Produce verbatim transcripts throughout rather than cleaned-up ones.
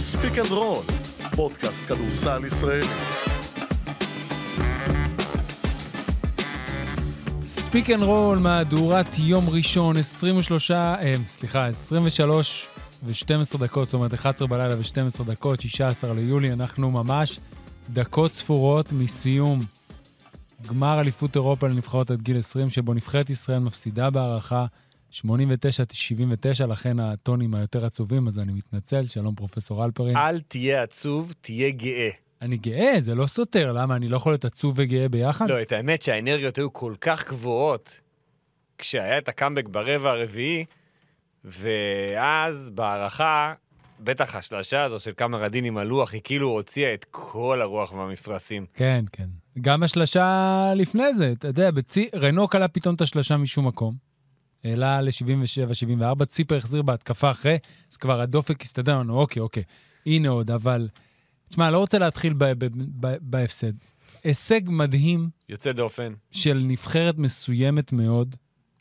ספיק אנד רול, פודקאסט כדורסל ישראלי. ספיק אנד רול, מהדורת יום ראשון, עשרים ושלוש, אה, סליחה, עשרים ושלוש ו-שתים עשרה דקות, זאת אומרת אחת עשרה בלילה ו-שתים עשרה דקות, שישה עשר ליולי, אנחנו ממש דקות ספורות מסיום גמר אליפות אירופה לנבחרות עד גיל עשרים, שבו נבחרת ישראל מפסידה בהערכה שמונים ותשע שבעים ותשע, לכן הטונים היותר עצובים, אז אני מתנצל. שלום פרופסור אלפרין. אל תהיה עצוב, תהיה גאה. אני גאה, זה לא סותר, למה? אני לא יכול להיות עצוב וגאה ביחד? לא, את האמת שהאנרגיות היו כל כך גבוהות, כשהיה את הקאמבק ברבע הרביעי, ואז בהערכה, בטח השלשה הזו של כמה רדין עם הלוח, היא כאילו הוציאה את כל הרוח מהמפרסים. כן, כן. גם השלשה לפני זה, אתה יודע, בצי... רנו קלה פתאום את השלשה משום מקום, העלה ל-שבעים ושבע שבעים וארבע, ציפר החזיר בהתקפה אחרי, אז כבר הדופק הסתדר לנו, אוקיי, אוקיי, הנה עוד, אבל, תשמע, לא רוצה להתחיל ב- ב- ב- בהפסד. הישג מדהים, יוצא דופן. של נבחרת מסוימת מאוד,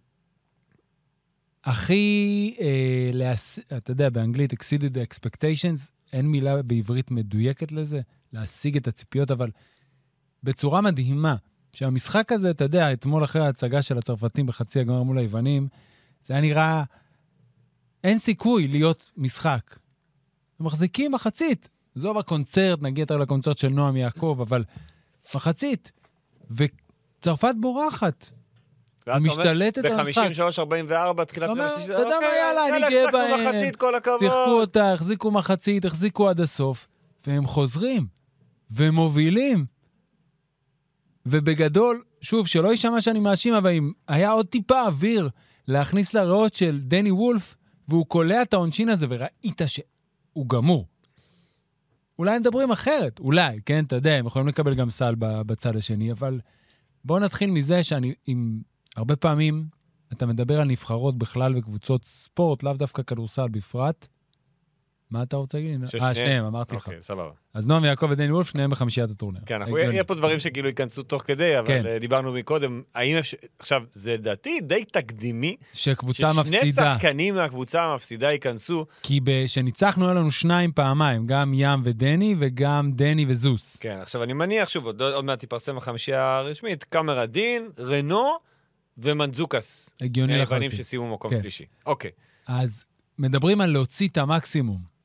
הכי, אה, להס... אתה יודע, באנגלית, exceeded the expectations, אין מילה בעברית מדויקת לזה, להשיג את הציפיות, אבל בצורה מדהימה, שהמשחק הזה, אתה יודע, אתמול אחרי ההצגה של הצרפתים בחצי הגמר מול היוונים, זה היה נראה, אין סיכוי להיות משחק. מחזיקים מחצית. זו הקונצרט, נגיע יותר לקונצרט של נועם יעקב, אבל מחצית. וצרפת בורחת. משתלטת על המשחק. ב-חמישים ושלוש ארבעים וארבע, תחילת אתה השלישית. יודע מה, יאללה, אני גאה בהם. מחצית, כל הכבוד. שיחקו אותה, החזיקו מחצית, החזיקו עד הסוף, והם חוזרים, והם מובילים. ובגדול, שוב, שלא יישמע שאני מאשים, אבל אם היה עוד טיפה אוויר להכניס לראות של דני וולף, והוא קולע את העונשין הזה, וראית שהוא גמור. אולי מדברים אחרת, אולי, כן, אתה יודע, הם יכולים לקבל גם סל בצד השני, אבל בואו נתחיל מזה שאני, עם הרבה פעמים, אתה מדבר על נבחרות בכלל וקבוצות ספורט, לאו דווקא כדורסל בפרט. מה אתה רוצה להגיד? אה, שניהם, אמרתי לך. אוקיי, סבבה. אז נועם יעקב ודני וולף, שניהם בחמישיית הטורניר. כן, יהיה פה דברים שכאילו ייכנסו תוך כדי, אבל דיברנו מקודם, האם עכשיו, זה דעתי די תקדימי, שקבוצה מפסידה. ששני שחקנים מהקבוצה המפסידה ייכנסו. כי כשניצחנו, היה לנו שניים פעמיים, גם ים ודני, וגם דני וזוס. כן, עכשיו אני מניח, שוב, עוד מעט תפרסם החמישייה הרשמית, קאמרה דין, רנו ומנזוקס. הגיוני לחלוטין. בנים שסיימו מקום שלישי. אוקיי. אז מדברים על להוציא את המקסימום.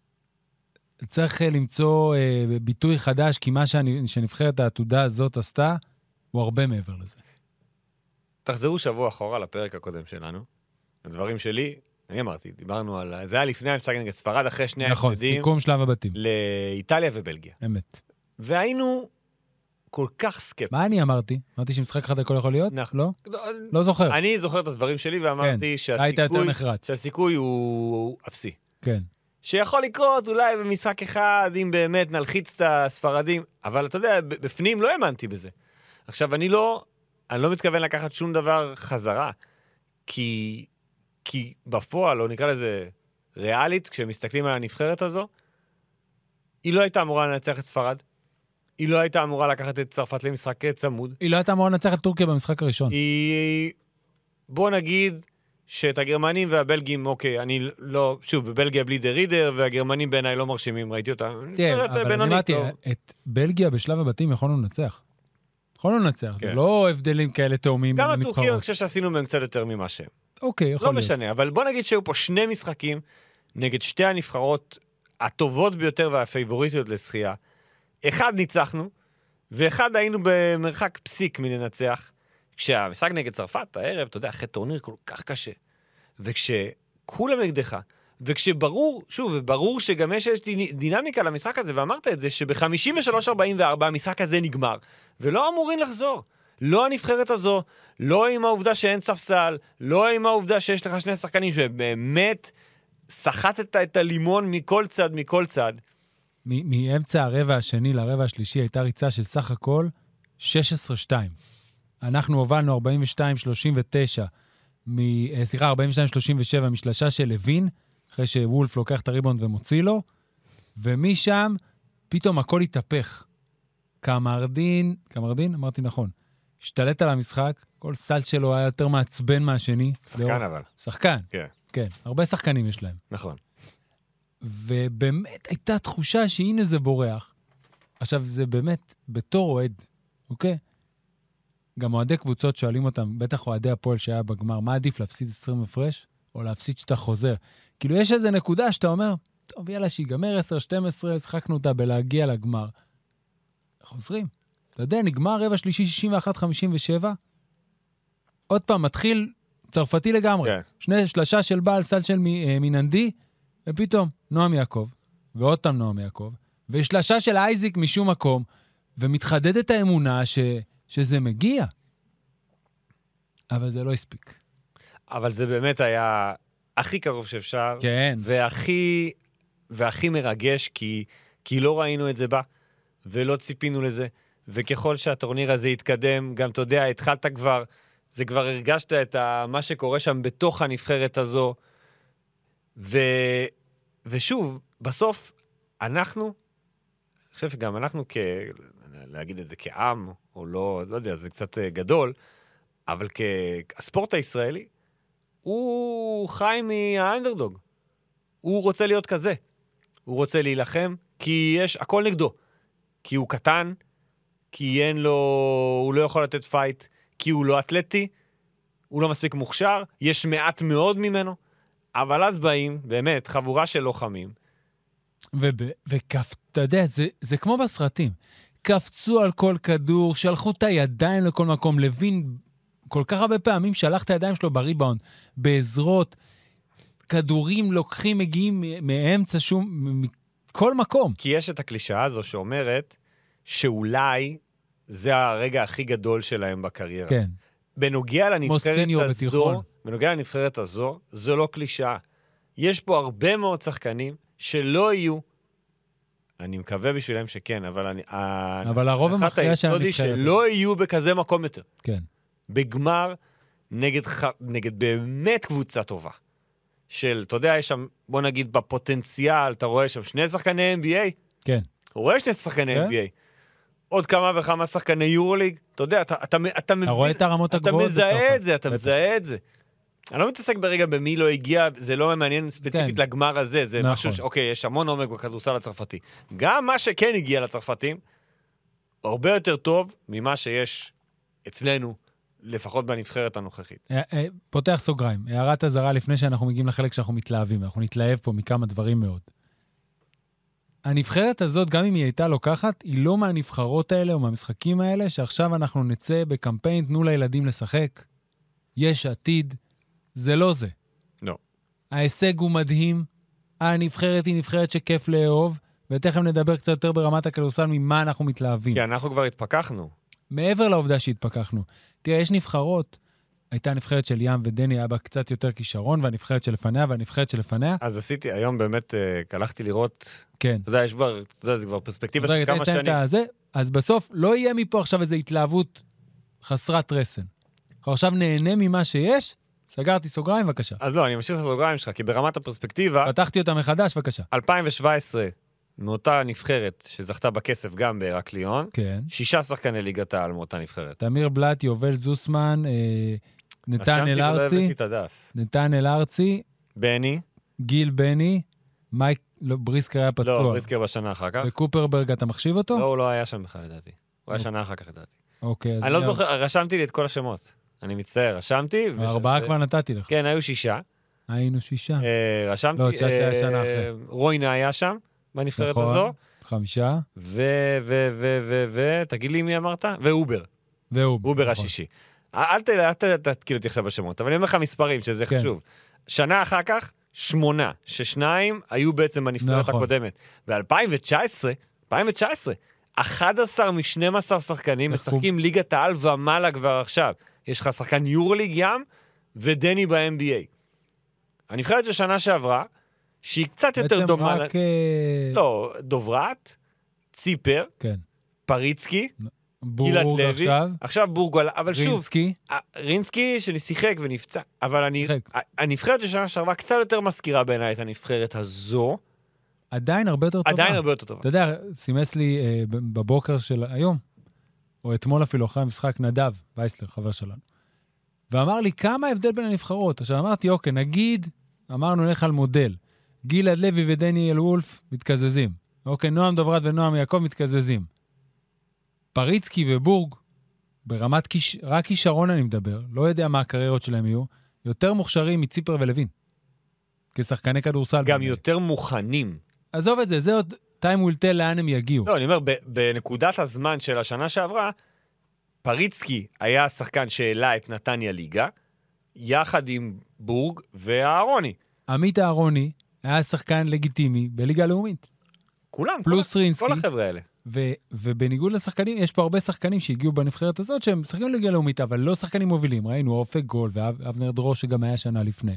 צריך למצוא אה, ביטוי חדש, כי מה שאני, שנבחרת העתודה הזאת עשתה, הוא הרבה מעבר לזה. תחזרו שבוע אחורה לפרק הקודם שלנו. הדברים שלי, אני אמרתי, דיברנו על... זה היה לפני המשחק נגד ספרד, אחרי שני נכון, ההפסדים. נכון, סיכום שלב הבתים. לאיטליה ובלגיה. אמת. והיינו כל כך סקפטיים. מה אני אמרתי? אמרתי שמשחק אחד הכל יכול להיות? נכון. לא? לא, לא זוכר. אני זוכר את הדברים שלי ואמרתי כן, שהסיכוי, שהסיכוי הוא אפסי. כן. שיכול לקרות אולי במשחק אחד, אם באמת נלחיץ את הספרדים, אבל אתה יודע, בפנים לא האמנתי בזה. עכשיו, אני לא, אני לא מתכוון לקחת שום דבר חזרה, כי, כי בפועל, או נקרא לזה ריאלית, כשמסתכלים על הנבחרת הזו, היא לא הייתה אמורה לנצח את ספרד, היא לא הייתה אמורה לקחת את צרפת למשחק צמוד. היא לא הייתה אמורה לנצח את טורקיה במשחק הראשון. היא, בוא נגיד, שאת הגרמנים והבלגים, אוקיי, אני לא, שוב, בבלגיה בלי דה רידר, והגרמנים בעיניי לא מרשימים, ראיתי אותה. כן, אבל אני אמרתי, את בלגיה בשלב הבתים יכולנו לנצח. יכולנו לנצח, זה לא הבדלים כאלה תאומים גם הטורקים, אני חושב שעשינו מהם קצת יותר ממה שהם. אוקיי, יכול להיות. לא משנה, אבל בוא נגיד שהיו פה שני משחקים, נגד שתי הנבחרות הטובות ביותר והפייבוריטיות לשחייה. אחד ניצחנו, ואחד היינו במרחק פסיק מלנצח, כשהמשחק נגד צרפת, הערב, אתה יודע, אחרי טורניר כל כך קשה, וכשכולם נגדך, וכשברור, שוב, ברור שגם יש דינמיקה למשחק הזה, ואמרת את זה, שב-חמישים ושלוש ארבעים וארבע המשחק הזה נגמר, ולא אמורים לחזור. לא הנבחרת הזו, לא עם העובדה שאין ספסל, לא עם העובדה שיש לך שני שחקנים שבאמת שחטת את הלימון מכל צד, מכל צד. מאמצע הרבע השני לרבע השלישי הייתה ריצה של סך הכל שש עשרה שתיים. אנחנו הובלנו ארבעים ושתיים שלושים ותשע, מ... סליחה, ארבעים ושתיים שלושים ושבע משלשה של לוין, אחרי שוולף לוקח את הריבונד ומוציא לו, ומשם פתאום הכל התהפך. קמרדין, קמרדין, אמרתי נכון, השתלט על המשחק, כל סל שלו היה יותר מעצבן מהשני. שחקן אבל. שחקן. כן. כן, הרבה שחקנים יש להם. נכון. ובאמת הייתה תחושה שהנה זה בורח. עכשיו, זה באמת בתור אוהד, אוקיי? גם אוהדי קבוצות שואלים אותם, בטח אוהדי הפועל שהיה בגמר, מה עדיף, להפסיד עשרים הפרש, או להפסיד שאתה חוזר? כאילו, יש איזו נקודה שאתה אומר, טוב, יאללה, שיגמר עשר שתים עשרה, שחקנו אותה בלהגיע לגמר. חוזרים. אתה יודע, נגמר רבע שלישי שישים ואחת חמישים ושבע, עוד פעם, מתחיל צרפתי לגמרי. Yeah. שני שלשה של בעל, סל של מיננדי, ופתאום נועם יעקב, ועוד פעם נועם יעקב, ושלשה של אייזיק משום מקום, ומתחדדת האמונה ש... שזה מגיע. אבל זה לא הספיק. אבל זה באמת היה הכי קרוב שאפשר, כן. והכי, והכי מרגש, כי, כי לא ראינו את זה בה, ולא ציפינו לזה, וככל שהטורניר הזה יתקדם, גם אתה יודע, התחלת כבר, זה כבר הרגשת את ה, מה שקורה שם בתוך הנבחרת הזו, ו, ושוב, בסוף, אנחנו, אני חושב שגם אנחנו כ... להגיד את זה כעם, או לא, לא יודע, זה קצת גדול, אבל כספורט הישראלי, הוא חי מהאנדרדוג. הוא רוצה להיות כזה. הוא רוצה להילחם, כי יש, הכל נגדו. כי הוא קטן, כי אין לו, הוא לא יכול לתת פייט, כי הוא לא אתלטי, הוא לא מספיק מוכשר, יש מעט מאוד ממנו, אבל אז באים, באמת, חבורה של לוחמים. וכף, אתה יודע, זה, זה כמו בסרטים. קפצו על כל כדור, שלחו את הידיים לכל מקום, לוין כל כך הרבה פעמים שלח את הידיים שלו בריבאונד, בעזרות, כדורים לוקחים, מגיעים מאמצע שום, מכל מקום. כי יש את הקלישאה הזו שאומרת שאולי זה הרגע הכי גדול שלהם בקריירה. כן. בנוגע לנבחרת הזו, בנוגע לנבחרת הזו, זו לא קלישאה. יש פה הרבה מאוד שחקנים שלא יהיו, אני מקווה בשבילם שכן, אבל אני... אבל הרוב המכריע של הנבחרת. שלא יהיו בכזה מקום יותר. כן. בגמר, נגד, נגד באמת קבוצה טובה. של, אתה יודע, יש שם, בוא נגיד, בפוטנציאל, אתה רואה שם שני שחקני אן בי איי? כן. אתה רואה שני שחקני אן בי איי? עוד כמה וכמה שחקני יורוליג? אתה יודע, אתה, אתה, אתה מבין... אתה רואה את הרמות הגבוהות. אתה מזהה את זה, אתה מזהה את זה. אני לא מתעסק ברגע במי לא הגיע, זה לא מעניין ספציפית כן. לגמר הזה, זה נכון. משהו ש... אוקיי, יש המון עומק בכדורסל הצרפתי. גם מה שכן הגיע לצרפתים, הרבה יותר טוב ממה שיש אצלנו, לפחות בנבחרת הנוכחית. פותח סוגריים, הערת הזרה לפני שאנחנו מגיעים לחלק שאנחנו מתלהבים, אנחנו נתלהב פה מכמה דברים מאוד. הנבחרת הזאת, גם אם היא הייתה לוקחת, היא לא מהנבחרות האלה או מהמשחקים האלה, שעכשיו אנחנו נצא בקמפיין, תנו לילדים לשחק, יש עתיד, זה לא זה. לא. ההישג הוא מדהים, הנבחרת היא נבחרת שכיף לאהוב, ותכף נדבר קצת יותר ברמת הכדורסל ממה אנחנו מתלהבים. כי אנחנו כבר התפקחנו. מעבר לעובדה שהתפקחנו. תראה, יש נבחרות, הייתה נבחרת של ים ודני, היה בה קצת יותר כישרון, והנבחרת שלפניה, והנבחרת שלפניה. אז עשיתי, היום באמת הלכתי לראות, כן. אתה יודע, יש כבר, אתה יודע, זה כבר פרספקטיבה של כמה שנים. הזה, אז בסוף לא יהיה מפה עכשיו איזו התלהבות חסרת רסן. עכשיו נהנה ממה שיש, סגרתי סוגריים, בבקשה. אז לא, אני משאיר את הסוגריים שלך, כי ברמת הפרספקטיבה... פתחתי אותה מחדש, בבקשה. אלפיים שבע עשרה, מאותה נבחרת שזכתה בכסף גם בהרקליון, כן. שישה שחקני ליגת העל מאותה נבחרת. תמיר בלט, יובל זוסמן, אה, נתן אל ארצי, נתן אל ארצי, בני, גיל בני, מייק, לא, בריסקר היה פצוע. לא, בריסקר בשנה אחר כך. וקופרברג, אתה מחשיב אותו? לא, הוא לא היה שם בכלל, לדעתי. הוא היה שנה אחר כך, לדעתי. אוקיי. אני לא זוכר, רשמתי לי את כל השמות. אני מצטער, רשמתי. ארבעה כבר נתתי לך. כן, היו שישה. היינו שישה. רשמתי. לא, תשעת שהיה שנה אחרי. רוינה היה שם, בנבחרת הזו. חמישה. ו, ו, ו, ו, ו, תגיד לי מי אמרת? ואובר. ואובר. אובר השישי. אל תתקיל אותי עכשיו בשמות, אבל אני אומר לך מספרים, שזה חשוב. שנה אחר כך, שמונה, ששניים היו בעצם בנבחרת הקודמת. ב-אלפיים תשע עשרה, אלפיים תשע עשרה, אחד עשר מ-שנים עשר שחקנים משחקים ליגת העל ומעלה כבר עכשיו. יש לך שחקן יורליג ים ודני ב-אן בי איי. הנבחרת של שנה שעברה, שהיא קצת יותר דומה... בעצם רק... לא, דוברת, ציפר, כן. פריצקי, בורג עכשיו. עכשיו בורגול, אבל שוב... רינסקי. רינסקי ששיחק ונפצע. אבל אני... הנבחרת של שנה שעברה קצת יותר מזכירה בעיניי את הנבחרת הזו. עדיין הרבה יותר טובה. עדיין הרבה יותר טובה. אתה יודע, סימס לי אה, בבוקר של היום, או אתמול אפילו אחרי המשחק, נדב וייסלר, חבר שלנו. ואמר לי, כמה הבדל בין הנבחרות? עכשיו אמרתי, אוקיי, נגיד, אמרנו לך על מודל. גלעד לוי ודניאל וולף מתקזזים. אוקיי, נועם דוברת ונועם יעקב מתקזזים. פריצקי ובורג, ברמת כיש... רק כישרון אני מדבר, לא יודע מה הקריירות שלהם יהיו, יותר מוכשרים מציפר ולוין. כשחקני כדורסל. גם יותר מוכנים. עזוב את זה, זה עוד time will tell לאן הם יגיעו. לא, אני אומר, בנקודת הזמן של השנה שעברה, פריצקי היה השחקן שהעלה את נתניה ליגה, יחד עם בורג והארוני. עמית הארוני היה שחקן לגיטימי בליגה הלאומית. כולם, פלוס כל, רינסקי. כל החבר'ה האלה. ו- ובניגוד לשחקנים, יש פה הרבה שחקנים שהגיעו בנבחרת הזאת, שהם שחקנים לליגה הלאומית, אבל לא שחקנים מובילים. ראינו אופק גול ואבנר דרוש שגם היה שנה לפני.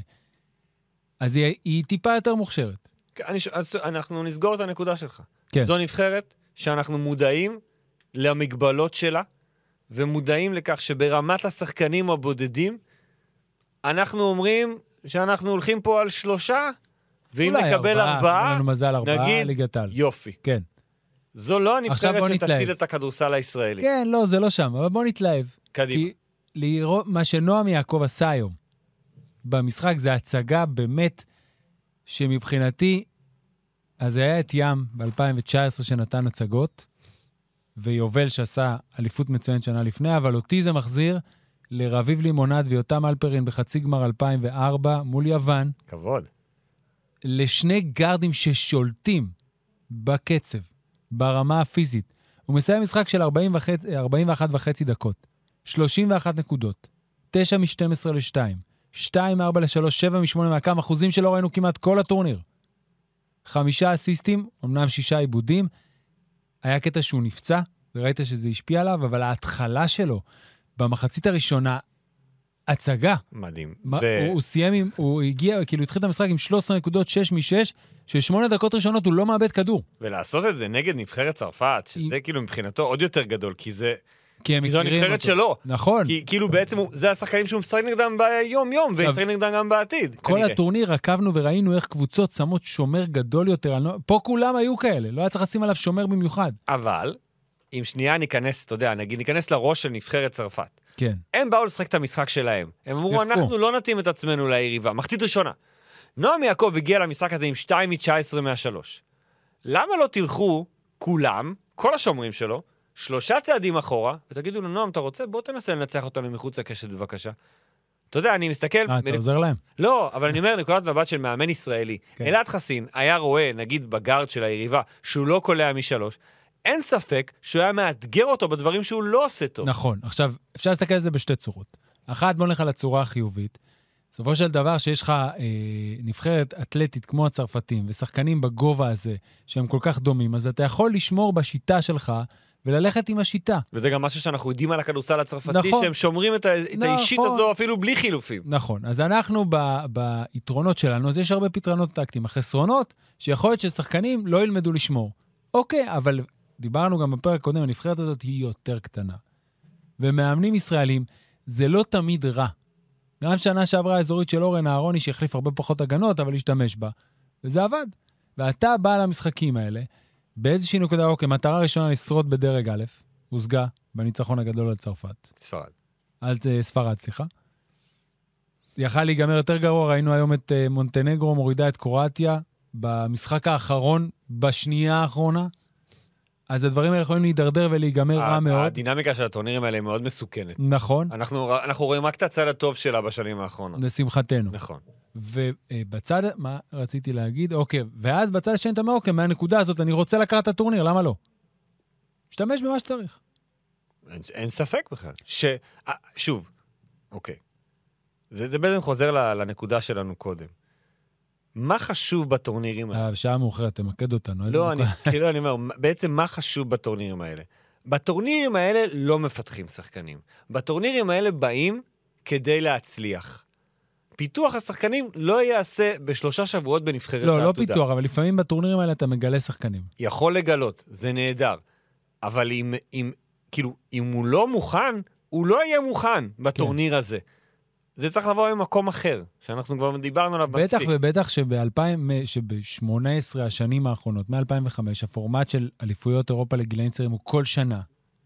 אז היא, היא טיפה יותר מוכשרת. אני, אז אנחנו נסגור את הנקודה שלך. כן. זו נבחרת שאנחנו מודעים למגבלות שלה, ומודעים לכך שברמת השחקנים הבודדים, אנחנו אומרים שאנחנו הולכים פה על שלושה, ואם נקבל ארבעה, נגיד, ליגתל. יופי. כן. זו לא הנבחרת שתציל את הכדורסל הישראלי. כן, לא, זה לא שם, אבל בוא נתלהב. קדימה. כי לראות מה שנועם יעקב עשה היום במשחק, זה הצגה באמת שמבחינתי, אז היה את ים ב-אלפיים תשע עשרה שנתן הצגות, ויובל שעשה אליפות מצוינת שנה לפני, אבל אותי זה מחזיר לרביב לימונד ויותם אלפרין בחצי גמר אלפיים וארבע מול יוון. כבוד. לשני גארדים ששולטים בקצב, ברמה הפיזית. הוא מסיים משחק של ארבעים ואחת וחצי דקות, שלושים ואחת נקודות, תשע מ-שתים עשרה ל-שתיים, שתיים ארבע ל-שלוש, שבע משמונה מהקם, אחוזים שלא ראינו כמעט כל הטורניר. חמישה אסיסטים, אמנם שישה עיבודים, היה קטע שהוא נפצע, וראית שזה השפיע עליו, אבל ההתחלה שלו, במחצית הראשונה, הצגה. מדהים. מה, ו... הוא, הוא סיים עם, הוא הגיע, כאילו התחיל את המשחק עם שלוש עשרה נקודות, שש משש, ששמונה דקות ראשונות הוא לא מאבד כדור. ולעשות את זה נגד נבחרת צרפת, שזה היא... כאילו מבחינתו עוד יותר גדול, כי זה... כי, כי זו הנבחרת שלו. נכון. כי כאילו בעצם הוא, זה השחקנים שהוא משחק נגדם ביום-יום, וישחק נגדם גם בעתיד. כל כנראה. הטורניר עקבנו וראינו איך קבוצות שמות שומר גדול יותר. פה כולם היו כאלה, לא היה צריך לשים עליו שומר במיוחד. אבל, אם שנייה ניכנס, אתה יודע, נגיד, ניכנס לראש של נבחרת צרפת. כן. הם באו לשחק את המשחק שלהם. הם אמרו, אנחנו לא נתאים את עצמנו ליריבה. מחצית ראשונה. נועם יעקב הגיע למשחק הזה עם שתיים מתשע עשרה מהשלוש. למה לא תלכו כולם, כל השומרים שלו, שלושה צעדים אחורה, ותגידו לו, נועם, אתה רוצה? בוא תנסה לנצח אותנו מחוץ לקשת בבקשה. אתה יודע, אני מסתכל... אה, אתה עוזר להם? לא, אבל אני אומר, נקודת מבט של מאמן ישראלי. אלעד חסין היה רואה, נגיד בגארד של היריבה, שהוא לא קולע משלוש, אין ספק שהוא היה מאתגר אותו בדברים שהוא לא עושה טוב. נכון. עכשיו, אפשר להסתכל על זה בשתי צורות. אחת, בוא נלך על הצורה החיובית. בסופו של דבר, שיש לך אה, נבחרת אתלטית כמו הצרפתים, ושחקנים בגובה הזה, שהם כל כך דומים, אז אתה יכול לשמור בשיטה שלך, וללכת עם השיטה. וזה גם משהו שאנחנו יודעים על הכדורסל הצרפתי, נכון. שהם שומרים את, ה- את נכון. האישית הזו אפילו בלי חילופים. נכון. אז אנחנו ב- ביתרונות שלנו, אז יש הרבה פתרונות טקטיים. החסרונות, שיכול להיות ששחקנים לא ילמדו לשמור. אוקיי, אבל דיברנו גם בפרק קודם, הנבחרת הזאת היא יותר קטנה. ומאמנים ישראלים, זה לא תמיד רע. גם שנה שעברה האזורית של אורן אהרוני, שהחליף הרבה פחות הגנות, אבל השתמש בה. וזה עבד. ואתה בא למשחקים האלה, באיזושהי נקודה, אוקיי, מטרה ראשונה לשרוד בדרג א', הושגה בניצחון הגדול על צרפת. ספרד. על ספרד, סליחה. יכל להיגמר יותר גרוע, ראינו היום את מונטנגרו מורידה את קרואטיה, במשחק האחרון, בשנייה האחרונה, אז הדברים האלה יכולים להידרדר ולהיגמר רע מאוד. הדינמיקה של הטורנירים האלה היא מאוד מסוכנת. נכון. אנחנו, אנחנו רואים רק את הצד הטוב שלה בשנים האחרונות. לשמחתנו. נכון. ובצד, מה רציתי להגיד? אוקיי, ואז בצד השני אתה אומר, אוקיי, מהנקודה הזאת אני רוצה לקחת את הטורניר, למה לא? משתמש במה שצריך. אין, אין ספק בכלל. ש... שוב, אוקיי. זה, זה בעצם חוזר לנקודה שלנו קודם. מה חשוב בטורנירים האלה? השעה מאוחרת, תמקד אותנו. לא, אני, כאילו אני אומר, בעצם מה חשוב בטורנירים האלה? בטורנירים האלה לא מפתחים שחקנים. בטורנירים האלה באים כדי להצליח. פיתוח השחקנים לא יעשה בשלושה שבועות בנבחרת העתודה. לא, לא פיתוח, אבל לפעמים בטורנירים האלה אתה מגלה שחקנים. יכול לגלות, זה נהדר. אבל אם, אם, כאילו, אם הוא לא מוכן, הוא לא יהיה מוכן בטורניר כן. הזה. זה צריך לבוא ממקום אחר, שאנחנו כבר דיברנו עליו בטח מספיק. ובטח שב-שמונה עשרה השנים האחרונות, מ-אלפיים וחמש, הפורמט של אליפויות אירופה לגילאים צעירים הוא כל שנה.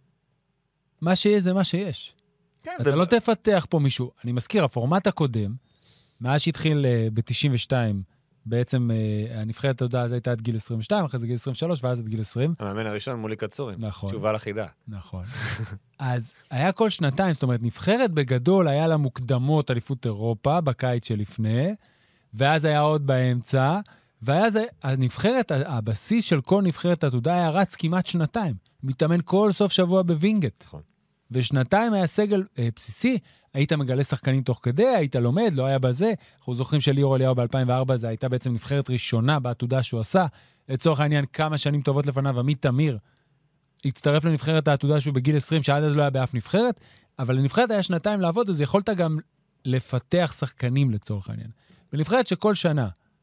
מה שיש זה מה שיש. כן, אתה ו... לא תפתח פה מישהו. אני מזכיר, הפורמט הקודם, מאז שהתחיל ב-תשעים ושתיים בעצם הנבחרת התודעה הזו הייתה עד גיל עשרים ושתיים, אחרי זה גיל עשרים ושלוש, ואז עד גיל עשרים. המאמן הראשון מולי קצורים. נכון. תשובה לחידה. נכון. אז היה כל שנתיים, זאת אומרת, נבחרת בגדול היה לה מוקדמות אליפות אירופה, בקיץ שלפני, ואז היה עוד באמצע, ואז הנבחרת, הבסיס של כל נבחרת התודעה היה רץ כמעט שנתיים. מתאמן כל סוף שבוע בווינגט. נכון. ושנתיים היה סגל אה, בסיסי, היית מגלה שחקנים תוך כדי, היית לומד, לא היה בזה. אנחנו זוכרים שליאור אליהו ב-אלפיים וארבע, זה הייתה בעצם נבחרת ראשונה בעתודה שהוא עשה. לצורך העניין, כמה שנים טובות לפניו, עמית תמיר הצטרף לנבחרת העתודה שהוא בגיל עשרים, שעד אז לא היה באף נבחרת, אבל לנבחרת היה שנתיים לעבוד, אז יכולת גם לפתח שחקנים לצורך העניין. בנבחרת שכל שנה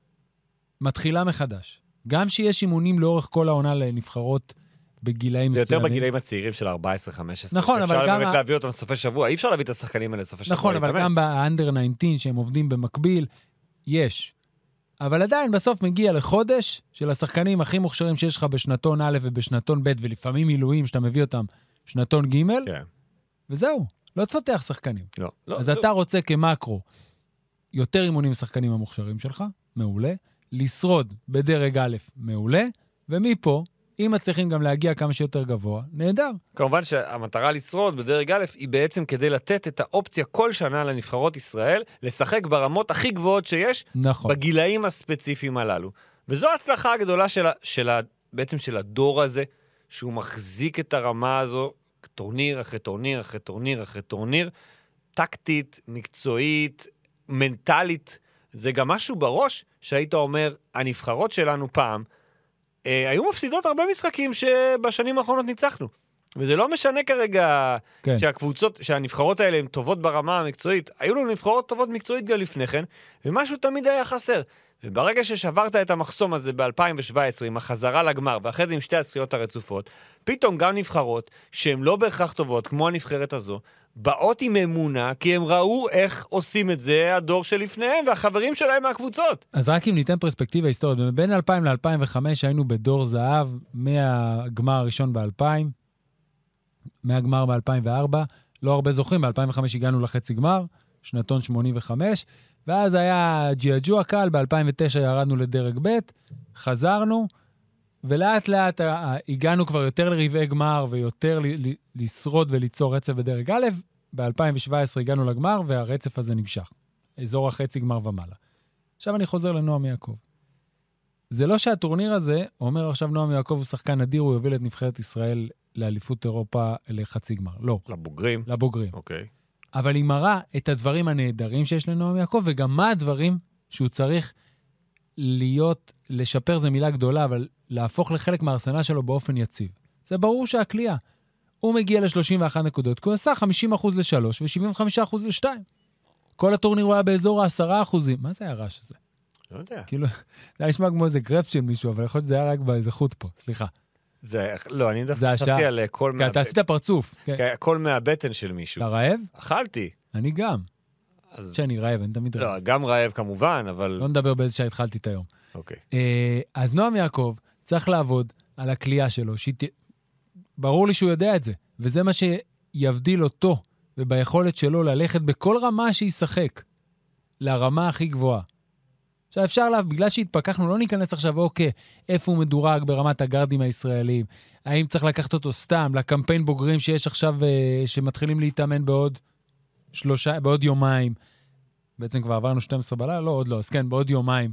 מתחילה מחדש, גם שיש אימונים לאורך כל העונה לנבחרות בגילאים מסוימים. זה יותר מסוימים. בגילאים הצעירים של ארבע עשרה חמש עשרה. נכון, אבל גם... אפשר באמת להביא אותם לסופי שבוע. אי אפשר להביא את השחקנים האלה לסופי שבוע. נכון, אבל גם ב-Under תשע עשרה שהם עובדים במקביל, יש. אבל עדיין בסוף מגיע לחודש של השחקנים הכי מוכשרים שיש לך בשנתון א' ובשנתון ב', ולפעמים מילואים שאתה מביא אותם שנתון ג', כן. וזהו, לא תפתח שחקנים. לא, לא. אז לא. אתה רוצה כמקרו יותר אימונים לשחקנים המוכשרים שלך, מעולה, לשרוד בדרג א', מעולה, ומפה, אם מצליחים גם להגיע כמה שיותר גבוה, נהדר. כמובן שהמטרה לשרוד בדרג א' היא בעצם כדי לתת את האופציה כל שנה לנבחרות ישראל, לשחק ברמות הכי גבוהות שיש, נכון. בגילאים הספציפיים הללו. וזו ההצלחה הגדולה של, של, בעצם של הדור הזה, שהוא מחזיק את הרמה הזו, טורניר אחרי טורניר אחרי טורניר אחרי טורניר, טקטית, מקצועית, מנטלית. זה גם משהו בראש שהיית אומר, הנבחרות שלנו פעם, אה, היו מפסידות הרבה משחקים שבשנים האחרונות ניצחנו. וזה לא משנה כרגע כן. שהקבוצות, שהנבחרות האלה הן טובות ברמה המקצועית. היו לנו נבחרות טובות מקצועית גם לפני כן, ומשהו תמיד היה חסר. וברגע ששברת את המחסום הזה ב-אלפיים שבע עשרה עם החזרה לגמר, ואחרי זה עם שתי הזכיות הרצופות, פתאום גם נבחרות שהן לא בהכרח טובות, כמו הנבחרת הזו, באות עם אמונה, כי הם ראו איך עושים את זה הדור שלפניהם, והחברים שלהם מהקבוצות. אז רק אם ניתן פרספקטיבה היסטורית, בין אלפיים ל-אלפיים וחמש היינו בדור זהב, מהגמר הראשון ב-אלפיים, מהגמר ב-אלפיים וארבע, לא הרבה זוכרים, ב-אלפיים וחמש הגענו לחצי גמר, שנתון שמונים וחמש, ואז היה ג'יאג'ו הקל, ב-אלפיים ותשע ירדנו לדרג ב', חזרנו, ולאט לאט הגענו כבר יותר לרבעי גמר, ויותר ל- ל- לשרוד וליצור רצף בדרג א', ב-אלפיים ושבע עשרה הגענו לגמר, והרצף הזה נמשך. אזור החצי גמר ומעלה. עכשיו אני חוזר לנועם יעקב. זה לא שהטורניר הזה, אומר עכשיו נועם יעקב הוא שחקן אדיר, הוא יוביל את נבחרת ישראל לאליפות אירופה לחצי גמר. לא. לבוגרים. לבוגרים. אוקיי. אבל היא מראה את הדברים הנהדרים שיש לנועם יעקב, וגם מה הדברים שהוא צריך להיות, לשפר זה מילה גדולה, אבל להפוך לחלק מהארסנל שלו באופן יציב. זה ברור שהקליעה. הוא מגיע ל-שלושים ואחת נקודות, כי הוא עשה חמישים אחוז לשלוש ו-שבעים וחמישה אחוז לשתיים. כל הטורניר הוא היה באזור ה-עשרה אחוזים. מה זה היה הרעש הזה? לא יודע. כאילו, זה היה נשמע כמו איזה גרפ של מישהו, אבל יכול להיות שזה היה רק באיזה חוט פה, סליחה. זה, לא, אני דווקא חשבתי על כל מהבטן. אתה עשית פרצוף. כל מהבטן של מישהו. אתה רעב? אכלתי. אני גם. שאני רעב, אני תמיד רעב. לא, גם רעב כמובן, אבל... לא נדבר באיזה שהתחלתי את היום. אוקיי. אז נועם יעקב צריך לעבוד על הקליעה שלו, ברור לי שהוא יודע את זה, וזה מה שיבדיל אותו, וביכולת שלו ללכת בכל רמה שישחק, לרמה הכי גבוהה. עכשיו אפשר לה, בגלל שהתפקחנו, לא ניכנס עכשיו, אוקיי, איפה הוא מדורג ברמת הגרדים הישראלים, האם צריך לקחת אותו סתם, לקמפיין בוגרים שיש עכשיו, שמתחילים להתאמן בעוד שלושה, בעוד יומיים, בעצם כבר עברנו שתים עשרה בלילה, לא, עוד לא, אז כן, בעוד יומיים.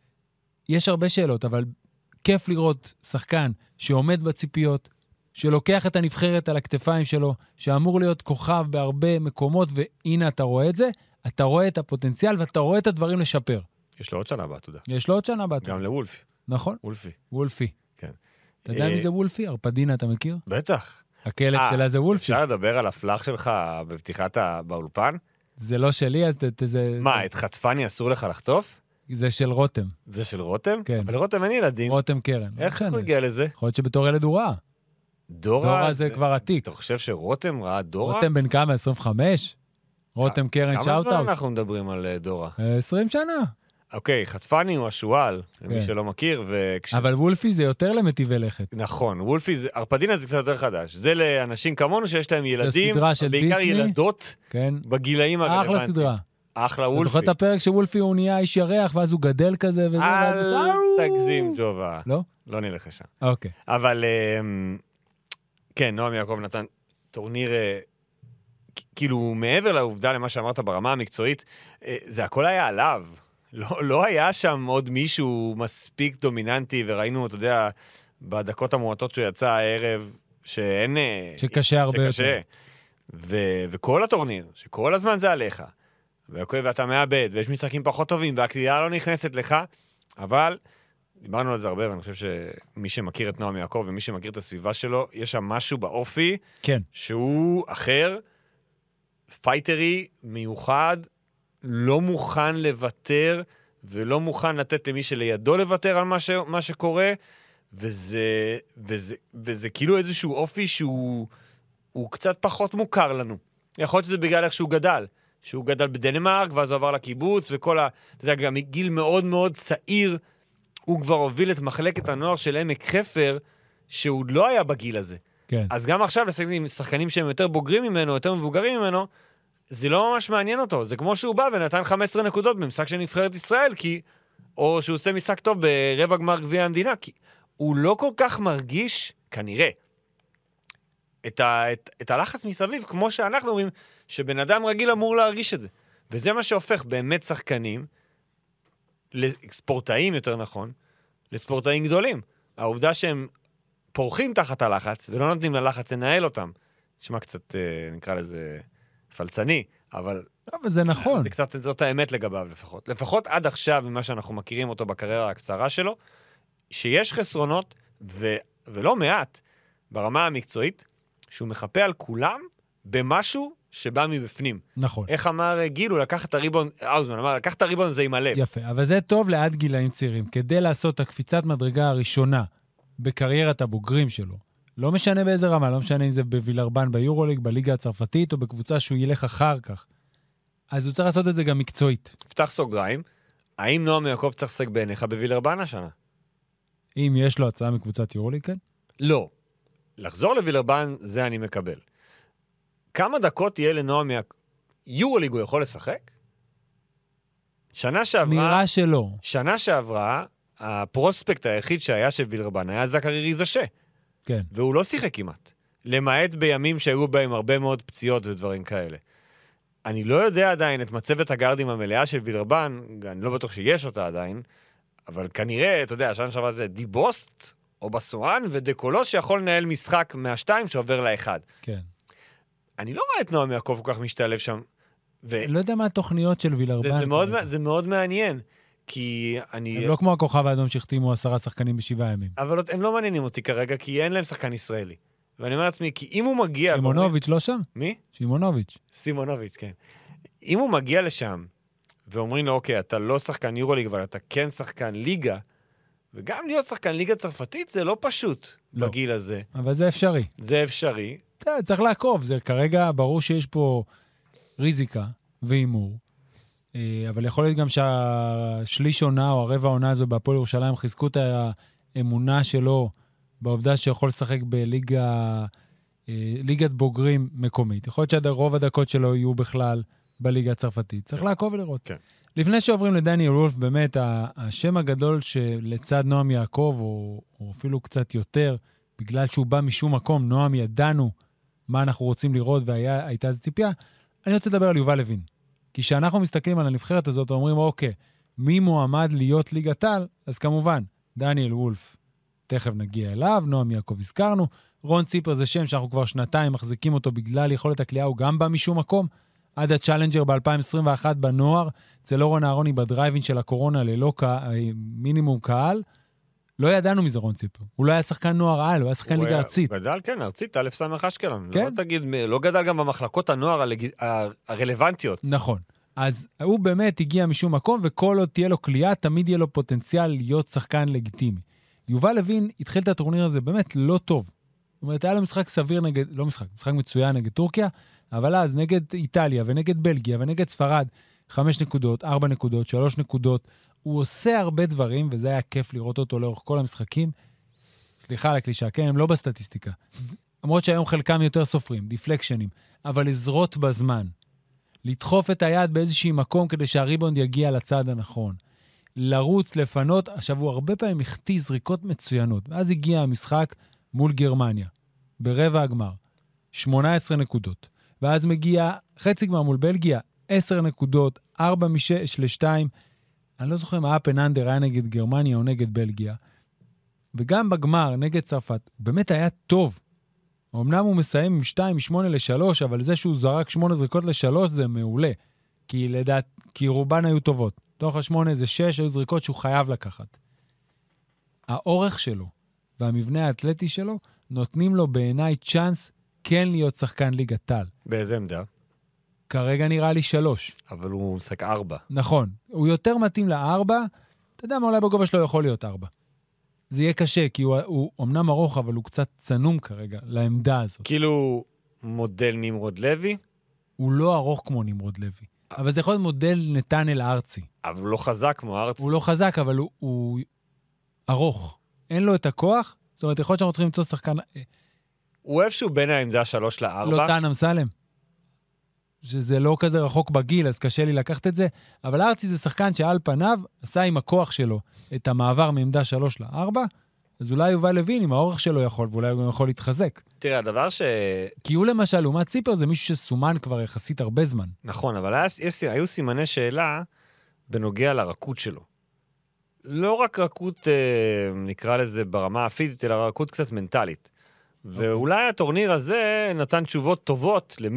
יש הרבה שאלות, אבל כיף לראות שחקן שעומד בציפיות, שלוקח את הנבחרת על הכתפיים שלו, שאמור להיות כוכב בהרבה מקומות, והנה אתה רואה את זה, אתה רואה את הפוטנציאל, ואתה רואה את הדברים לשפר. יש לו עוד שנה הבאה, תודה. יש לו עוד שנה הבאה. גם לוולפי. נכון. וולפי. וולפי. כן. אתה יודע מי זה וולפי? ארפדינה, אתה מכיר? בטח. הכלב שלה זה וולפי. אפשר לדבר על הפלח שלך בפתיחת באולפן? זה לא שלי, אז זה... מה, את חטפני אסור לך לחטוף? זה של רותם. זה של רותם? כן. אבל רותם אין ילדים. רותם קרן. איך הוא הגיע לזה? יכול להיות שבתור ילד הוא ראה. דורה? דורה זה כבר עתיק. אתה חושב שרותם ראה דורה? רותם בן כמה? עשרים וחמש? רותם קרן שאוט-אוט? כמה זמן אנחנו מדברים על דורה? עשרים שנה. אוקיי, חטפני הוא השואל, למי שלא מכיר, וכש... אבל וולפי זה יותר למטיבי לכת. נכון, וולפי זה... ארפדינה זה קצת יותר חדש. זה לאנשים כמונו שיש להם ילדים, בעיקר ילדות, בגילאים הרלוונטיים. אחלה סדרה. אחלה אתה וולפי. זוכר את הפרק שוולפי הוא נהיה איש ירח, ואז הוא גדל כזה, וזה, ואז הוא... אל תגזים, ג'ובה. לא? לא נלך לשם. אוקיי. אבל כן, נועם יעקב נתן טורניר, כאילו מעבר לעובדה למה שאמרת ברמה המקצועית, זה הכל היה עליו. לא, לא היה שם עוד מישהו מספיק דומיננטי, וראינו, אתה יודע, בדקות המועטות שהוא יצא הערב, שאין... שקשה הרבה שקשה. יותר. ו- וכל הטורניר, שכל הזמן זה עליך, ואתה מאבד, ויש משחקים פחות טובים, והקליעה לא נכנסת לך, אבל דיברנו על זה הרבה, ואני חושב שמי שמכיר את נועם יעקב, ומי שמכיר את הסביבה שלו, יש שם משהו באופי, כן. שהוא אחר, פייטרי, מיוחד, לא מוכן לוותר, ולא מוכן לתת למי שלידו לוותר על מה, ש- מה שקורה, וזה, וזה, וזה כאילו איזשהו אופי שהוא הוא קצת פחות מוכר לנו. יכול להיות שזה בגלל איך שהוא גדל. שהוא גדל בדנמרק, ואז הוא עבר לקיבוץ, וכל ה... אתה יודע, גם מגיל מאוד מאוד צעיר, הוא כבר הוביל את מחלקת הנוער של עמק חפר, שהוא לא היה בגיל הזה. כן. אז גם עכשיו, לשחקנים, שחקנים שהם יותר בוגרים ממנו, יותר מבוגרים ממנו, זה לא ממש מעניין אותו. זה כמו שהוא בא ונתן חמש עשרה נקודות במשחק של נבחרת ישראל, כי... או שהוא עושה משחק טוב ברבע גמר גביע המדינה, כי הוא לא כל כך מרגיש, כנראה, את, ה, את, את הלחץ מסביב, כמו שאנחנו אומרים, שבן אדם רגיל אמור להרגיש את זה. וזה מה שהופך באמת שחקנים, לספורטאים יותר נכון, לספורטאים גדולים. העובדה שהם פורחים תחת הלחץ, ולא נותנים ללחץ לנהל אותם. נשמע קצת, נקרא לזה, פלצני, אבל... אבל זה נכון. זה קצת, זאת האמת לגביו לפחות. לפחות עד עכשיו, ממה שאנחנו מכירים אותו בקריירה הקצרה שלו, שיש חסרונות, ו, ולא מעט, ברמה המקצועית, שהוא מחפה על כולם במשהו שבא מבפנים. נכון. איך אמר גיל, הוא לקח את הריבון, אוזמן אמר, לקח את הריבון הזה עם הלב. יפה, אבל זה טוב לעד גילאים צעירים. כדי לעשות את הקפיצת מדרגה הראשונה בקריירת הבוגרים שלו, לא משנה באיזה רמה, לא משנה אם זה בווילרבן ביורוליג, בליגה הצרפתית, או בקבוצה שהוא ילך אחר כך. אז הוא צריך לעשות את זה גם מקצועית. פתח סוגריים, האם נועם יעקב צריך לשחק בעיניך בווילרבן השנה? אם יש לו הצעה מקבוצת יורוליג, כן? לא. לחזור לווילרבן, זה אני מקבל. כמה דקות יהיה לנועם יעקב? יורוליג הוא יכול לשחק? שנה שעברה... נראה שלא. שנה שעברה, הפרוספקט היחיד שהיה של וילרבן היה זכרי ריזשה. כן. והוא לא שיחק כמעט. למעט בימים שהיו בהם הרבה מאוד פציעות ודברים כאלה. אני לא יודע עדיין את מצבת הגארדים המלאה של וילרבן, אני לא בטוח שיש אותה עדיין, אבל כנראה, אתה יודע, השנה שעברה זה דיבוסט, או בסואן, ודקולו שיכול לנהל משחק מהשתיים שעובר לאחד. כן. אני לא רואה את נועם יעקב כל כך משתלב שם. ו... לא יודע מה התוכניות של וילרבן. זה, זה, מאוד, זה מאוד מעניין, כי אני... הם לא כמו הכוכב האדום שהחתימו עשרה שחקנים בשבעה ימים. אבל הם לא מעניינים אותי כרגע, כי אין להם שחקן ישראלי. ואני אומר לעצמי, כי אם הוא מגיע... שימונוביץ' לא שם? מי? שימונוביץ'. סימונוביץ', כן. אם הוא מגיע לשם, ואומרים לו, אוקיי, אתה לא שחקן יורוליג, אבל אתה כן שחקן ליגה, וגם להיות שחקן ליגה צרפתית זה לא פשוט לא. בגיל הזה. אבל זה אפשרי. זה אפשרי. צריך לעקוב, זה כרגע ברור שיש פה ריזיקה ואימור, אבל יכול להיות גם שהשליש עונה או הרבע עונה הזו בהפועל ירושלים חיזקו את האמונה שלו בעובדה שיכול לשחק בליגה, ליגת בוגרים מקומית. יכול להיות שרוב הדקות שלו יהיו בכלל בליגה הצרפתית. צריך לעקוב ולראות. כן. לפני שעוברים לדניאל וולף, באמת השם הגדול שלצד נועם יעקב, או, או אפילו קצת יותר, בגלל שהוא בא משום מקום, נועם ידענו מה אנחנו רוצים לראות, והייתה איזו ציפייה, אני רוצה לדבר על יובל לוין. כי כשאנחנו מסתכלים על הנבחרת הזאת, אומרים, אוקיי, מי מועמד להיות ליגת העל? אז כמובן, דניאל וולף, תכף נגיע אליו, נועם יעקב הזכרנו, רון ציפר זה שם שאנחנו כבר שנתיים מחזיקים אותו בגלל יכולת הקליעה, הוא גם בא משום מקום, עד הצ'אלנג'ר ב-אלפיים עשרים ואחת בנוער, אצל אורן אהרוני בדרייבין של הקורונה ללא קה... מינימום קהל, לא ידענו מזה רון ציפר. הוא לא היה שחקן נוער על, הוא היה שחקן ליגה ארצית. הוא גדל, כן, ארצית, א' סמך אשקלון. כן? לא תגיד, לא גדל גם במחלקות הנוער הלג... הרלוונטיות. נכון. אז הוא באמת הגיע משום מקום, וכל עוד תהיה לו קליעה, תמיד יהיה לו פוטנציאל להיות שחקן לגיטימי. יובל לוין התחיל את הטורניר הזה באמת לא טוב. זאת אומרת, היה לו משחק סביר נגד, לא משחק, משחק מצוין נגד טורקיה, אבל אז נגד איטליה ונגד בלגיה ונגד ספרד, חמש נקודות, ארבע נקודות, שלוש נקודות. הוא עושה הרבה דברים, וזה היה כיף לראות אותו לאורך כל המשחקים. סליחה על הקלישה, כן, הם לא בסטטיסטיקה. למרות שהיום חלקם יותר סופרים, דיפלקשנים, אבל לזרות בזמן, לדחוף את היד באיזשהי מקום כדי שהריבונד יגיע לצד הנכון. לרוץ, לפנות, עכשיו הוא הרבה פעמים הכתיז זריקות מצוינות, ואז הגיע המשחק מול גרמניה, ברבע הגמר, שמונה עשרה נקודות, ואז מגיע חצי גמר מול בלגיה, עשר נקודות, ארבע משש לשתיים, אני לא זוכר אם האפן אנדר היה נגד גרמניה או נגד בלגיה, וגם בגמר נגד צרפת, הוא באמת היה טוב, אמנם הוא מסיים עם שתיים, משמונה לשלוש, אבל זה שהוא זרק שמונה זריקות לשלוש זה מעולה, כי לדעת, כי רובן היו טובות. תוך השמונה זה שש, היו זריקות שהוא חייב לקחת. האורך שלו והמבנה האתלטי שלו נותנים לו בעיניי צ'אנס כן להיות שחקן ליגת העל. באיזה עמדה? כרגע נראה לי שלוש. אבל הוא משחק ארבע. נכון. הוא יותר מתאים לארבע, אתה יודע מה, אולי בגובה שלו יכול להיות ארבע. זה יהיה קשה, כי הוא, הוא אמנם ארוך, אבל הוא קצת צנום כרגע לעמדה הזאת. כאילו מודל נמרוד לוי? הוא לא ארוך כמו נמרוד לוי. אבל זה יכול להיות מודל נתנאל ארצי. אבל הוא לא חזק כמו ארצי. הוא לא חזק, אבל הוא, הוא ארוך. אין לו את הכוח, זאת אומרת, יכול להיות שאנחנו צריכים למצוא שחקן... הוא איפשהו בין העמדה שלוש לארבע. לא טען אמסלם. שזה לא כזה רחוק בגיל, אז קשה לי לקחת את זה. אבל ארצי זה שחקן שעל פניו עשה עם הכוח שלו את המעבר מעמדה שלוש לארבע, אז אולי יובל לוין עם האורך שלו יכול, ואולי הוא גם יכול להתחזק. תראה, הדבר ש... כי הוא למשל, לעומת ציפר, זה מישהו שסומן כבר יחסית הרבה זמן. נכון, אבל היה, יש, היו סימני שאלה בנוגע לרקות שלו. לא רק רקות, אה, נקרא לזה ברמה הפיזית, אלא רקות קצת מנטלית. ואולי הטורניר הזה נתן תשובות טובות למי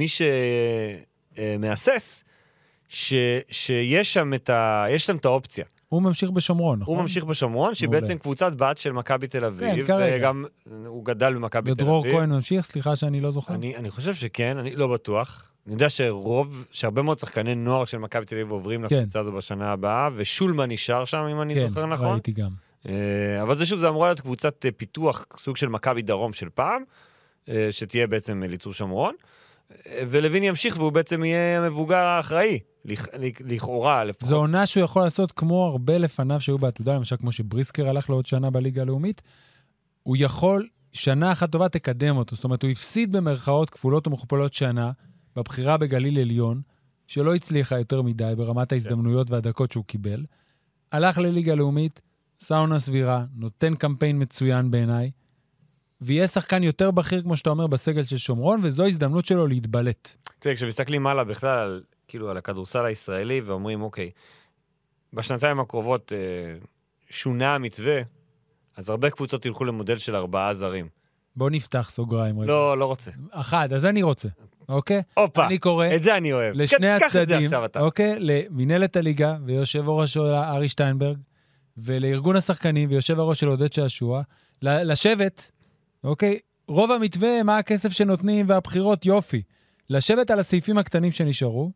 שמאסס, ש, שיש שם את ה... יש להם את האופציה. הוא ממשיך בשומרון, נכון? הוא ממשיך בשומרון, שהיא בעצם קבוצת בת של מכבי תל אביב. כן, כרגע. וגם הוא גדל במכבי תל אביב. ודרור כהן ממשיך, סליחה שאני לא זוכר. אני, אני חושב שכן, אני לא בטוח. אני יודע שרוב, שהרבה מאוד שחקני נוער של מכבי תל אביב עוברים כן. לקבוצה הזו בשנה הבאה, ושולמן נשאר שם, אם אני כן, זוכר נכון. כן, ראיתי גם. אבל זה שוב, זה אמורה להיות קבוצת פיתוח, סוג של מכבי דרום של פעם, שתהיה בעצם ליצור שומרון, ולוין ימשיך, והוא בעצם יהיה מבוגר האחראי, לכאורה לפחות. זו עונה שהוא יכול לעשות כמו הרבה לפניו שהיו בעתודה, למשל כמו שבריסקר הלך לעוד שנה בליגה הלאומית, הוא יכול, שנה אחת טובה תקדם אותו, זאת אומרת, הוא הפסיד במרכאות כפולות ומכופלות שנה, בבחירה בגליל עליון, שלא הצליחה יותר מדי ברמת ההזדמנויות והדקות שהוא קיבל, הלך לליגה הלאומית, סאונה סבירה, נותן קמפיין מצוין בעיניי, ויהיה שחקן יותר בכיר, כמו שאתה אומר, בסגל של שומרון, וזו הזדמנות שלו להתבלט. תראה, כשמסתכלים הלאה בכלל, על, כאילו, על הכדורסל הישראלי, ואומרים, אוקיי, בשנתיים הקרובות אה, שונה המתווה, אז הרבה קבוצות ילכו למודל של ארבעה זרים. בוא נפתח סוגריים. לא, לא רוצה. אחד, אז אני רוצה, אוקיי? אופה, אני קורא את זה אני אוהב. לשני הצדדים, עכשיו, אוקיי? למנהלת הליגה, ויושב הראש של ארי שטיינברג, ולארגון השחקנים, ויושב הראש של עודד שעשוע, לשבת, אוקיי? רוב המתווה, מה הכסף שנותנים והבחירות, יופי. לשבת על הסעיפים הקטנים שנשארו,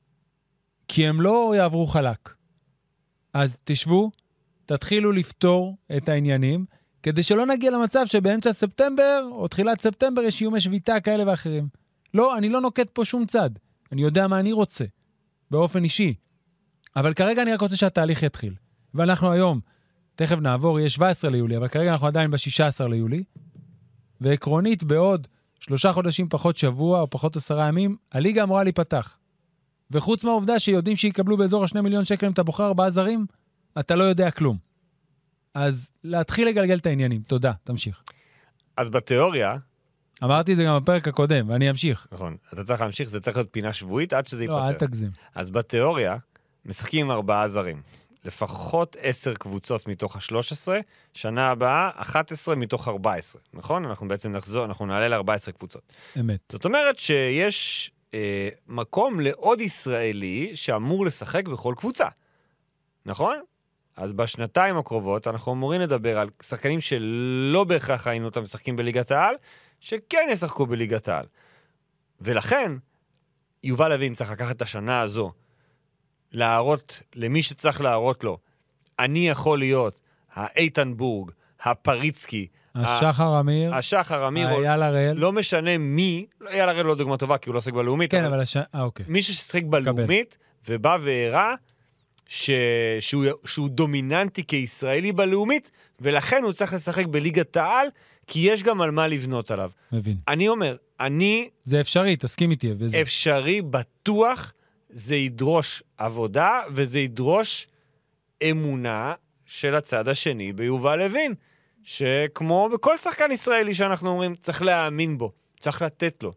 כי הם לא יעברו חלק. אז תשבו, תתחילו לפתור את העניינים, כדי שלא נגיע למצב שבאמצע ספטמבר, או תחילת ספטמבר, יש איומי שביתה כאלה ואחרים. לא, אני לא נוקט פה שום צד. אני יודע מה אני רוצה, באופן אישי. אבל כרגע אני רק רוצה שהתהליך יתחיל. ואנחנו היום, תכף נעבור, יהיה שבעה עשר ליולי, אבל כרגע אנחנו עדיין ב-שישה עשר ליולי, ועקרונית בעוד שלושה חודשים פחות שבוע, או פחות עשרה ימים, הליגה אמורה להיפתח. וחוץ מהעובדה שיודעים שיקבלו באזור השני מיליון שקל אם אתה בוחר ארבעה זרים, אתה לא יודע כלום. אז להתחיל לגלגל את העניינים. תודה, תמשיך. אז בתיאוריה... אמרתי את זה גם בפרק הקודם, ואני אמשיך. נכון, אתה צריך להמשיך, זה צריך להיות פינה שבועית עד שזה ייפטר. לא, אל תגזים. אז בתיאוריה, משחקים עם ארבעה זרים. לפחות עשר קבוצות מתוך ה-שלוש עשרה, שנה הבאה, אחת עשרה מתוך ארבע עשרה. נכון? אנחנו בעצם נחזור, אנחנו נעלה ל-ארבע עשרה קבוצות. אמת. זאת אומרת שיש אה, מקום לעוד ישראלי שאמור לשחק בכל קבוצה. נכון? אז בשנתיים הקרובות אנחנו אמורים לדבר על שחקנים שלא בהכרח היינו אותם משחקים בליגת העל, שכן ישחקו בליגת העל. ולכן, יובל לוין צריך לקחת את השנה הזו, להראות למי שצריך להראות לו, אני יכול להיות האיתן בורג, הפריצקי, השחר אמיר, השחר אמיר, אייל הראל, לא משנה מי, אייל הראל לא דוגמה טובה, כי הוא לא עוסק בלאומית, כן, אבל הש... אה, אוקיי. מישהו ששחק בלאומית, ובא והראה, ש... שהוא... שהוא דומיננטי כישראלי בלאומית, ולכן הוא צריך לשחק בליגת העל, כי יש גם על מה לבנות עליו. מבין. אני אומר, אני... זה אפשרי, תסכים איתי. וזה... אפשרי, בטוח, זה ידרוש עבודה, וזה ידרוש אמונה של הצד השני ביובל לוין, שכמו בכל שחקן ישראלי שאנחנו אומרים, צריך להאמין בו, צריך לתת לו.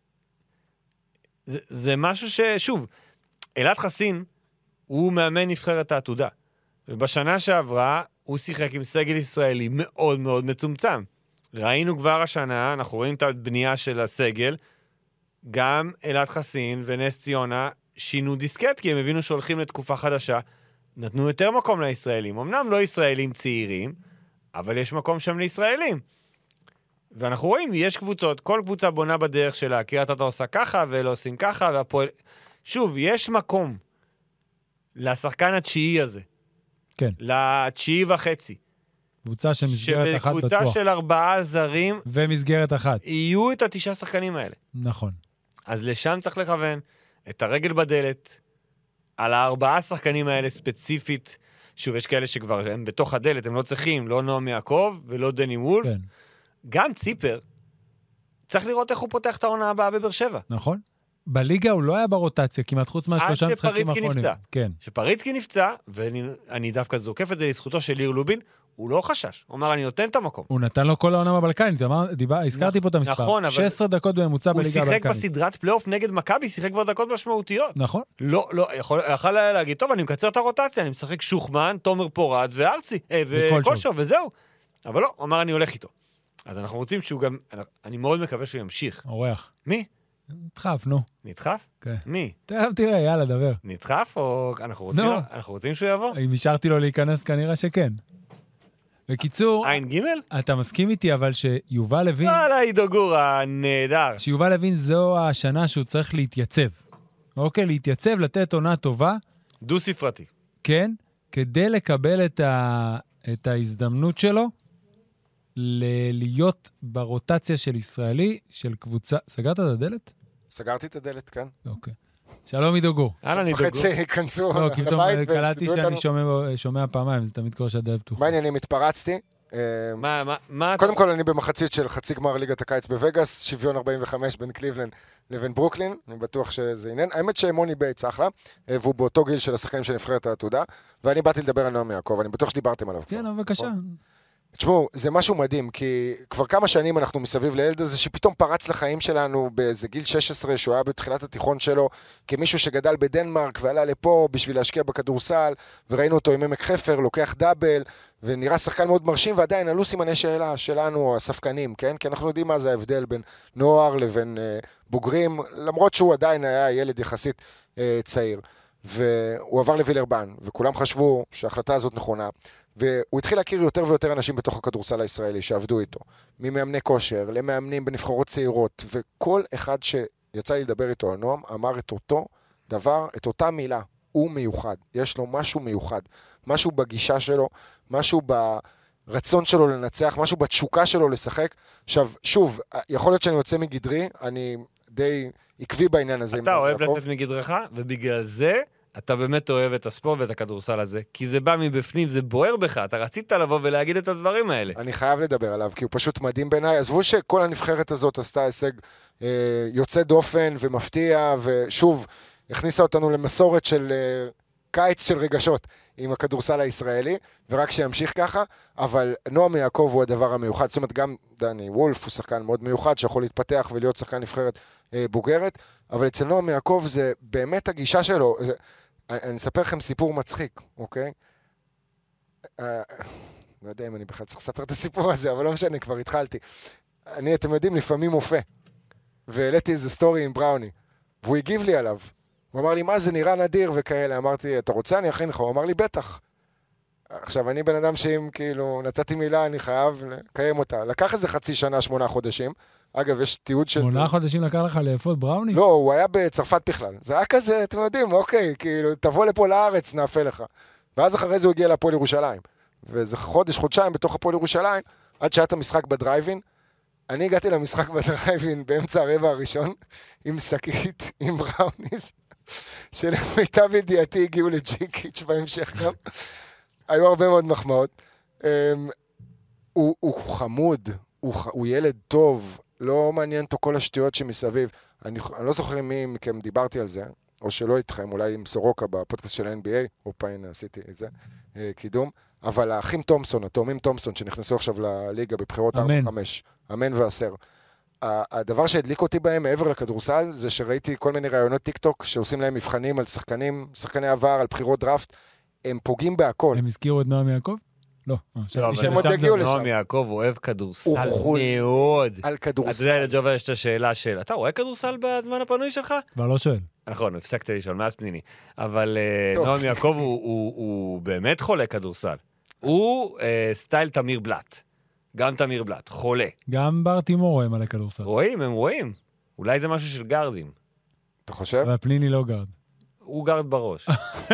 זה, זה משהו ששוב, אלעד חסין הוא מאמן נבחרת העתודה, ובשנה שעברה הוא שיחק עם סגל ישראלי מאוד מאוד מצומצם. ראינו כבר השנה, אנחנו רואים את הבנייה של הסגל, גם אלעד חסין ונס ציונה שינו דיסקט, כי הם הבינו שהולכים לתקופה חדשה, נתנו יותר מקום לישראלים. אמנם לא ישראלים צעירים, אבל יש מקום שם לישראלים. ואנחנו רואים, יש קבוצות, כל קבוצה בונה בדרך שלה, כי אתה עושה ככה, ולא עושים ככה, והפועל... שוב, יש מקום לשחקן התשיעי הזה. כן. לתשיעי וחצי. קבוצה של מסגרת אחת בטוח. שבקבוצה של ארבעה זרים... ומסגרת אחת. יהיו את התשעה שחקנים האלה. נכון. אז לשם צריך לכוון את הרגל בדלת, על הארבעה שחקנים האלה ספציפית. שוב, יש כאלה שכבר הם בתוך הדלת, הם לא צריכים, לא נועם יעקב ולא דני וולף. כן. גם ציפר, צריך לראות איך הוא פותח את העונה הבאה בבאר שבע. נכון. בליגה הוא לא היה ברוטציה, כמעט חוץ מהשלושה משחקים האחרונים. נפצע. כן. שפריצקי נפצע, ואני דווקא זוקף את זה לזכותו של ליר לובין, הוא לא חשש. הוא אמר, אני נותן את המקום. הוא נתן לו כל העונה בבלקנית, הזכרתי פה את המספר. נכון, אבל... שש עשרה דקות בממוצע בליגה הבלקנית. הוא שיחק בסדרת פלייאוף נגד מכבי, שיחק כבר דקות משמעותיות. נכון. לא, לא, יכול, יכול להגיד, טוב, אני מקצר את הרוטציה, אני משחק שוחמן, תומר פורד וארצי, אה, וקולשוב, וזהו. אבל לא, הוא אמר, אני הולך איתו. אז אנחנו רוצים שהוא גם, אני מאוד מקווה שהוא ימשיך. אורח. מי? נדחף, נו. נדחף? כן. מי? תראה, תראה, יאללה, דבר. נדחף או אנחנו רוצים, נו. אנחנו רוצים שהוא יבוא? אם השארתי לו להיכנס, כנראה שכן. בקיצור, עין גימל? אתה מסכים איתי, אבל שיובל לוין... וואלה, עידו גור הנהדר. שיובל לוין זו השנה שהוא צריך להתייצב. אוקיי, להתייצב, לתת עונה טובה. דו ספרתי. כן, כדי לקבל את, ה... את ההזדמנות שלו, ל- להיות ברוטציה של ישראלי, של קבוצה... סגרת את הדלת? סגרתי את הדלת, כן. אוקיי. שלום עידו גור. אהלן עידו גור. מפחד שיכנסו לא, כי פתאום לבית קלטתי וישדדו שאני אותנו. שומע, שומע פעמיים, זה תמיד קורה שהדלת פתוחה. מה העניינים? התפרצתי. אה, מה, מה, מה... קודם כל אני במחצית של חצי גמר ליגת הקיץ בווגאס, שוויון ארבעים וחמש בין קליבלנד לבין ברוקלין, אני בטוח שזה עניין. האמת שמוני בייץ אחלה, והוא באותו גיל של השחקנים של נבחרת העתודה, ואני באתי לדבר על נועם יעקב, אני בטוח שדיברתם עליו. כן, בבקשה. תשמעו, זה משהו מדהים, כי כבר כמה שנים אנחנו מסביב לילד הזה, שפתאום פרץ לחיים שלנו באיזה גיל שש עשרה, שהוא היה בתחילת התיכון שלו, כמישהו שגדל בדנמרק ועלה לפה בשביל להשקיע בכדורסל, וראינו אותו עם עמק חפר, לוקח דאבל, ונראה שחקן מאוד מרשים, ועדיין עלו סימני שאלה שלנו, הספקנים, כן? כי אנחנו יודעים מה זה ההבדל בין נוער לבין אה, בוגרים, למרות שהוא עדיין היה ילד יחסית אה, צעיר. והוא עבר לווילרבן, וכולם חשבו שההחלטה הזאת נכונה, והוא התחיל להכיר יותר ויותר אנשים בתוך הכדורסל הישראלי שעבדו איתו, ממאמני כושר, למאמנים בנבחרות צעירות, וכל אחד שיצא לי לדבר איתו על נועם, אמר את אותו דבר, את אותה מילה, הוא מיוחד, יש לו משהו מיוחד, משהו בגישה שלו, משהו ברצון שלו לנצח, משהו בתשוקה שלו לשחק. עכשיו, שוב, יכול להיות שאני יוצא מגדרי, אני די עקבי בעניין הזה. אתה אוהב לצאת מגדרך, ובגלל זה אתה באמת אוהב את הספורט ואת הכדורסל הזה, כי זה בא מבפנים, זה בוער בך, אתה רצית לבוא ולהגיד את הדברים האלה. אני חייב לדבר עליו, כי הוא פשוט מדהים בעיניי. עזבו שכל הנבחרת הזאת עשתה הישג אה, יוצא דופן ומפתיע, ושוב, הכניסה אותנו למסורת של אה, קיץ של רגשות עם הכדורסל הישראלי, ורק שימשיך ככה, אבל נועם יעקב הוא הדבר המיוחד, זאת אומרת גם דני וולף הוא שחקן מאוד מיוחד, שיכול להתפתח ולהיות שחקן נבחרת אה, בוגרת, אבל אצל נועם יעקב זה באמת הגישה שלו, זה... אני אספר לכם סיפור מצחיק, אוקיי? לא יודע אם אני בכלל צריך לספר את הסיפור הזה, אבל לא משנה, כבר התחלתי. אני, אתם יודעים, לפעמים מופה. והעליתי איזה סטורי עם בראוני, והוא הגיב לי עליו. הוא אמר לי, מה זה נראה נדיר וכאלה. אמרתי, אתה רוצה? אני אכין לך. הוא אמר לי, בטח. עכשיו, אני בן אדם שאם כאילו נתתי מילה, אני חייב לקיים אותה. לקח איזה חצי שנה, שמונה חודשים. אגב, יש תיעוד של זה. שמונה חודשים לקח לך לאפות בראוני? לא, הוא היה בצרפת בכלל. זה היה כזה, אתם יודעים, אוקיי, כאילו, תבוא לפה לארץ, נאפה לך. ואז אחרי זה הוא הגיע להפועל ירושלים. וזה חודש, חודשיים בתוך הפועל ירושלים, עד שהיה את המשחק בדרייבין. אני הגעתי למשחק בדרייבין באמצע הרבע הראשון, עם שקית, עם בראוניס, שלמיטב ידיעתי הגיעו לג'יקיץ' בהמשך גם. היו הרבה מאוד מחמאות. הוא, הוא חמוד, הוא, הוא ילד טוב, לא מעניין אותו כל השטויות שמסביב. אני, אני לא זוכר מי מכם דיברתי על זה, או שלא איתכם, אולי עם סורוקה בפודקאסט של ה-אן בי איי, אופה, הנה, עשיתי את זה, קידום, אבל האחים תומסון, התאומים תומסון, שנכנסו עכשיו לליגה בבחירות ארבע חמש, אמן ועשר. הדבר שהדליק אותי בהם מעבר לכדורסל, זה שראיתי כל מיני רעיונות טיק טוק, שעושים להם מבחנים על שחקנים, שחקני עבר, על בחירות דראפט, הם פוגעים בהכל. הם הזכירו את נועם יעקב? לא. נועם יעקב אוהב כדורסל מאוד. על כדורסל. אתה יודע, לג'ובה יש את השאלה של, אתה רואה כדורסל בזמן הפנוי שלך? כבר לא שואל. נכון, הפסקת לשאול, מאז פניני. אבל נועם יעקב הוא באמת חולה כדורסל. הוא סטייל תמיר בלט. גם תמיר בלט, חולה. גם בר תימור רואה מלא כדורסל. רואים, הם רואים. אולי זה משהו של גרדים. אתה חושב? אבל פניני לא גרד. הוא גרד בראש.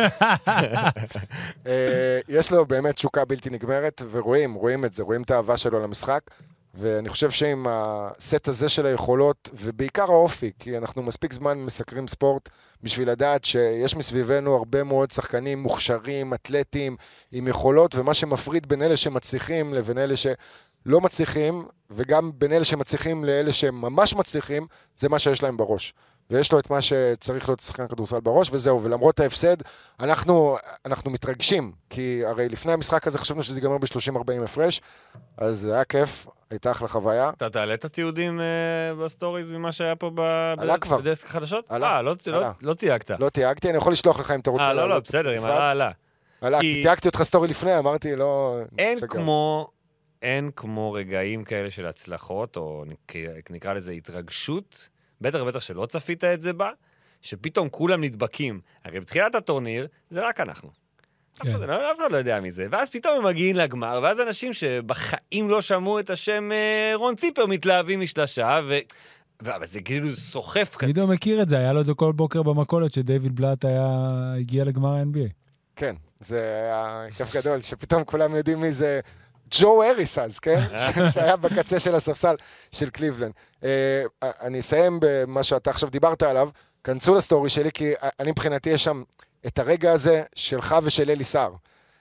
יש לו באמת תשוקה בלתי נגמרת, ורואים, רואים את זה, רואים את האהבה שלו למשחק, ואני חושב שעם הסט הזה של היכולות, ובעיקר האופי, כי אנחנו מספיק זמן מסקרים ספורט, בשביל לדעת שיש מסביבנו הרבה מאוד שחקנים מוכשרים, אתלטים, עם יכולות, ומה שמפריד בין אלה שמצליחים לבין אלה שלא מצליחים, וגם בין אלה שמצליחים לאלה שממש מצליחים, זה מה שיש להם בראש. ויש לו את מה שצריך להיות שחקן כדורסל בראש, וזהו, ולמרות ההפסד, אנחנו, אנחנו מתרגשים, כי הרי לפני המשחק הזה חשבנו שזה ייגמר ב-שלושים ארבעים הפרש, אז זה היה כיף, הייתה אחלה חוויה. אתה תעלה את התיעודים בסטוריז ממה שהיה פה בדסק החדשות? עלה, אה, לא תייגת. לא תייגתי, אני יכול לשלוח לך אם אתה רוצה. אה, לא, לא, בסדר, אם עלה, עלה. עלה, כי תייגתי אותך סטורי לפני, אמרתי, לא... אין כמו, אין כמו רגעים כאלה של הצלחות, או נקרא לזה התרגשות, בטח ובטח שלא צפית את זה בה, שפתאום כולם נדבקים. הרי בתחילת הטורניר, זה רק אנחנו. אף אחד לא יודע מזה. ואז פתאום הם מגיעים לגמר, ואז אנשים שבחיים לא שמעו את השם רון ציפר מתלהבים משלשה, אבל זה כאילו סוחף כזה. עידו מכיר את זה, היה לו את זה כל בוקר במכולת, שדייוויד בלאט הגיע לגמר ה-אן בי איי. כן, זה היה כיף גדול, שפתאום כולם יודעים מי זה... ג'ו אריס אז, כן? שהיה בקצה של הספסל של קליבלנד. אני אסיים במה שאתה עכשיו דיברת עליו, כנסו לסטורי שלי, כי אני מבחינתי יש שם את הרגע הזה שלך ושל אלי סער.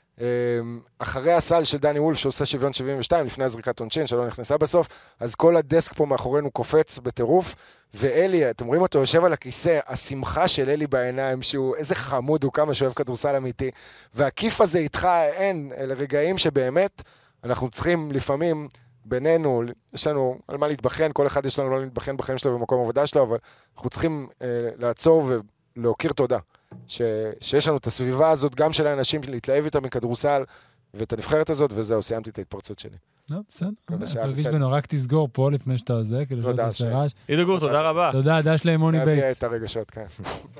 אחרי הסל של דני וולף שעושה שוויון שבעים ושתיים, לפני הזריקת עונשין שלא נכנסה בסוף, אז כל הדסק פה מאחורינו קופץ בטירוף, ואלי, אתם רואים אותו יושב על הכיסא, השמחה של אלי בעיניים, שהוא איזה חמוד הוא, כמה שאוהב כדורסל אמיתי, והכיף הזה איתך, אין, אלה רגעים שבאמת אנחנו צריכים לפעמים בינינו, יש לנו על מה להתבחן, כל אחד יש לנו לא להתבחן בחיים שלו במקום עבודה שלו, אבל אנחנו צריכים אה, לעצור ולהוקיר תודה. ש, שיש לנו את הסביבה הזאת, גם של האנשים, להתלהב איתם מכדורסל, ואת הנבחרת הזאת, וזהו, סיימתי את ההתפרצות שלי. לא, בסדר. תרגיש בנו, רק תסגור פה לפני שאתה עוזר, כאילו שאתה עושה רעש. עידו גור, תודה רבה. תודה, דש לאמוני בייטס. להביע את הרגשות, כן.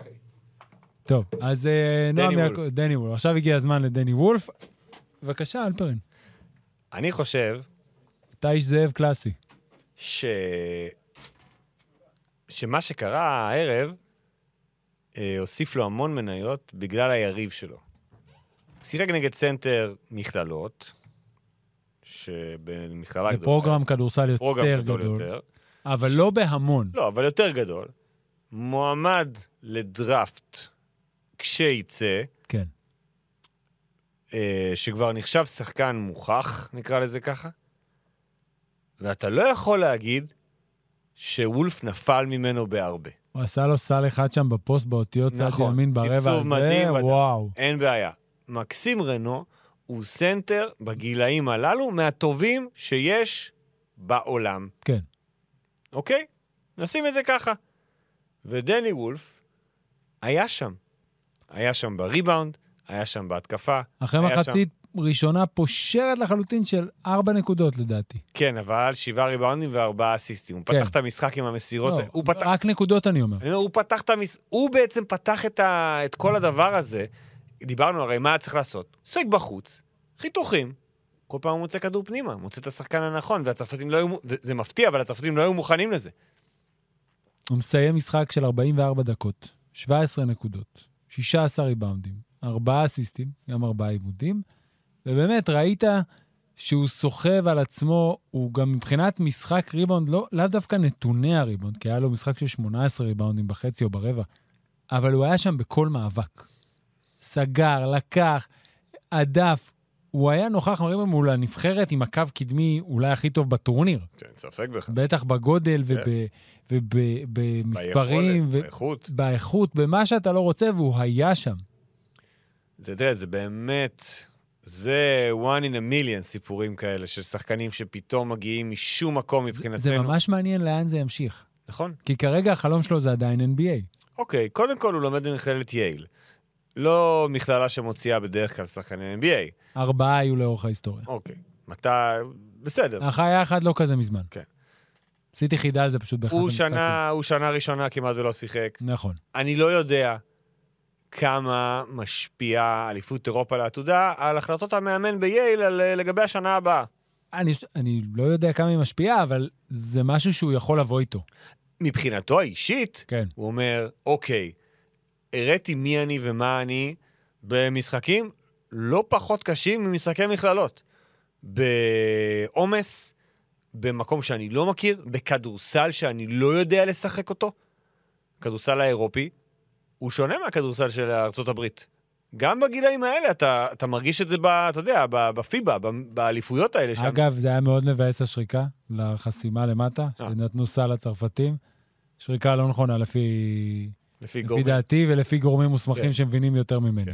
טוב, אז דני וולף. עכשיו הגיע הזמן לדני וולף. בבקשה, אלפרין. אני חושב... אתה איש זאב קלאסי. ש... שמה שקרה הערב, אה, הוסיף לו המון מניות בגלל היריב שלו. הוא שיחק נגד סנטר מכללות, שבמכללה גדולה... בפרוגרם כדורסל יותר גדול, יותר. אבל ש... לא בהמון. לא, אבל יותר גדול. מועמד לדראפט כשיצא, כן. שכבר נחשב שחקן מוכח, נקרא לזה ככה, ואתה לא יכול להגיד שוולף נפל ממנו בהרבה. הוא עשה לו סל אחד שם בפוסט באותיות צד נכון, ימין ברבע הזה, מדהים, וואו. אין בעיה. מקסים רנו הוא סנטר בגילאים הללו מהטובים שיש בעולם. כן. אוקיי? נשים את זה ככה. ודני וולף היה שם. היה שם בריבאונד, היה שם בהתקפה. אחרי מחצית שם... ראשונה פושרת לחלוטין של ארבע נקודות לדעתי. כן, אבל שבעה ריבאונדים וארבעה אסיסטים. הוא כן. פתח את המשחק עם המסירות. לא, הוא פתח... רק נקודות אני אומר. אני אומר, הוא פתח את המס... הוא בעצם פתח את, ה... את כל הדבר הזה. דיברנו הרי מה צריך לעשות. שחק בחוץ, חיתוכים. כל פעם הוא מוצא כדור פנימה, מוצא את השחקן הנכון, והצרפתים לא היו... זה מפתיע, אבל הצרפתים לא היו מוכנים לזה. הוא מסיים משחק של ארבעים וארבע דקות, שבע עשרה נקודות, שישה עשר ריבאונדים, ארבעה אסיסטים, גם ארבעה עיבודים, ובאמת ראית שהוא סוחב על עצמו, הוא גם מבחינת משחק ריבאונד, לא, לא דווקא נתוני הריבאונד, כי היה לו משחק של שמונה עשרה ריבאונדים בחצי או ברבע, אבל הוא היה שם בכל מאבק. סגר, לקח, עדף, הוא היה נוכח מרים מול הנבחרת עם הקו קדמי אולי הכי טוב בטורניר. כן, ספק בכלל. בטח בגודל ובמספרים. באיכות. באיכות, במה שאתה לא רוצה, והוא היה שם. אתה יודע, זה באמת, זה one in a million סיפורים כאלה, של שחקנים שפתאום מגיעים משום מקום מבחינתנו. זה ממש מעניין לאן זה ימשיך. נכון. כי כרגע החלום שלו זה עדיין אן בי איי. אוקיי, קודם כל הוא לומד במכללת יייל. לא מכללה שמוציאה בדרך כלל שחקני אן בי איי. ארבעה היו לאורך ההיסטוריה. אוקיי. מתי... בסדר. החיה אחד לא כזה מזמן. כן. עשיתי חידה על זה פשוט באחד המשחקים. שנה, הוא שנה ראשונה כמעט ולא שיחק. נכון. אני לא יודע כמה משפיעה אליפות אירופה לעתודה על החלטות המאמן בייל על, לגבי השנה הבאה. אני, אני לא יודע כמה היא משפיעה, אבל זה משהו שהוא יכול לבוא איתו. מבחינתו האישית, כן. הוא אומר, אוקיי, הראיתי מי אני ומה אני במשחקים לא פחות קשים ממשחקי מכללות. בעומס, במקום שאני לא מכיר, בכדורסל שאני לא יודע לשחק אותו. כדורסל האירופי, הוא שונה מהכדורסל של ארצות הברית. גם בגילאים האלה, אתה, אתה מרגיש את זה, ב, אתה יודע, בפיבה, באליפויות האלה שם. אגב, זה היה מאוד מבאס השריקה, לחסימה למטה, שנתנו סל הצרפתים. שריקה לא נכונה לפי, לפי, לפי דעתי ולפי גורמים מוסמכים שמבינים יותר ממני.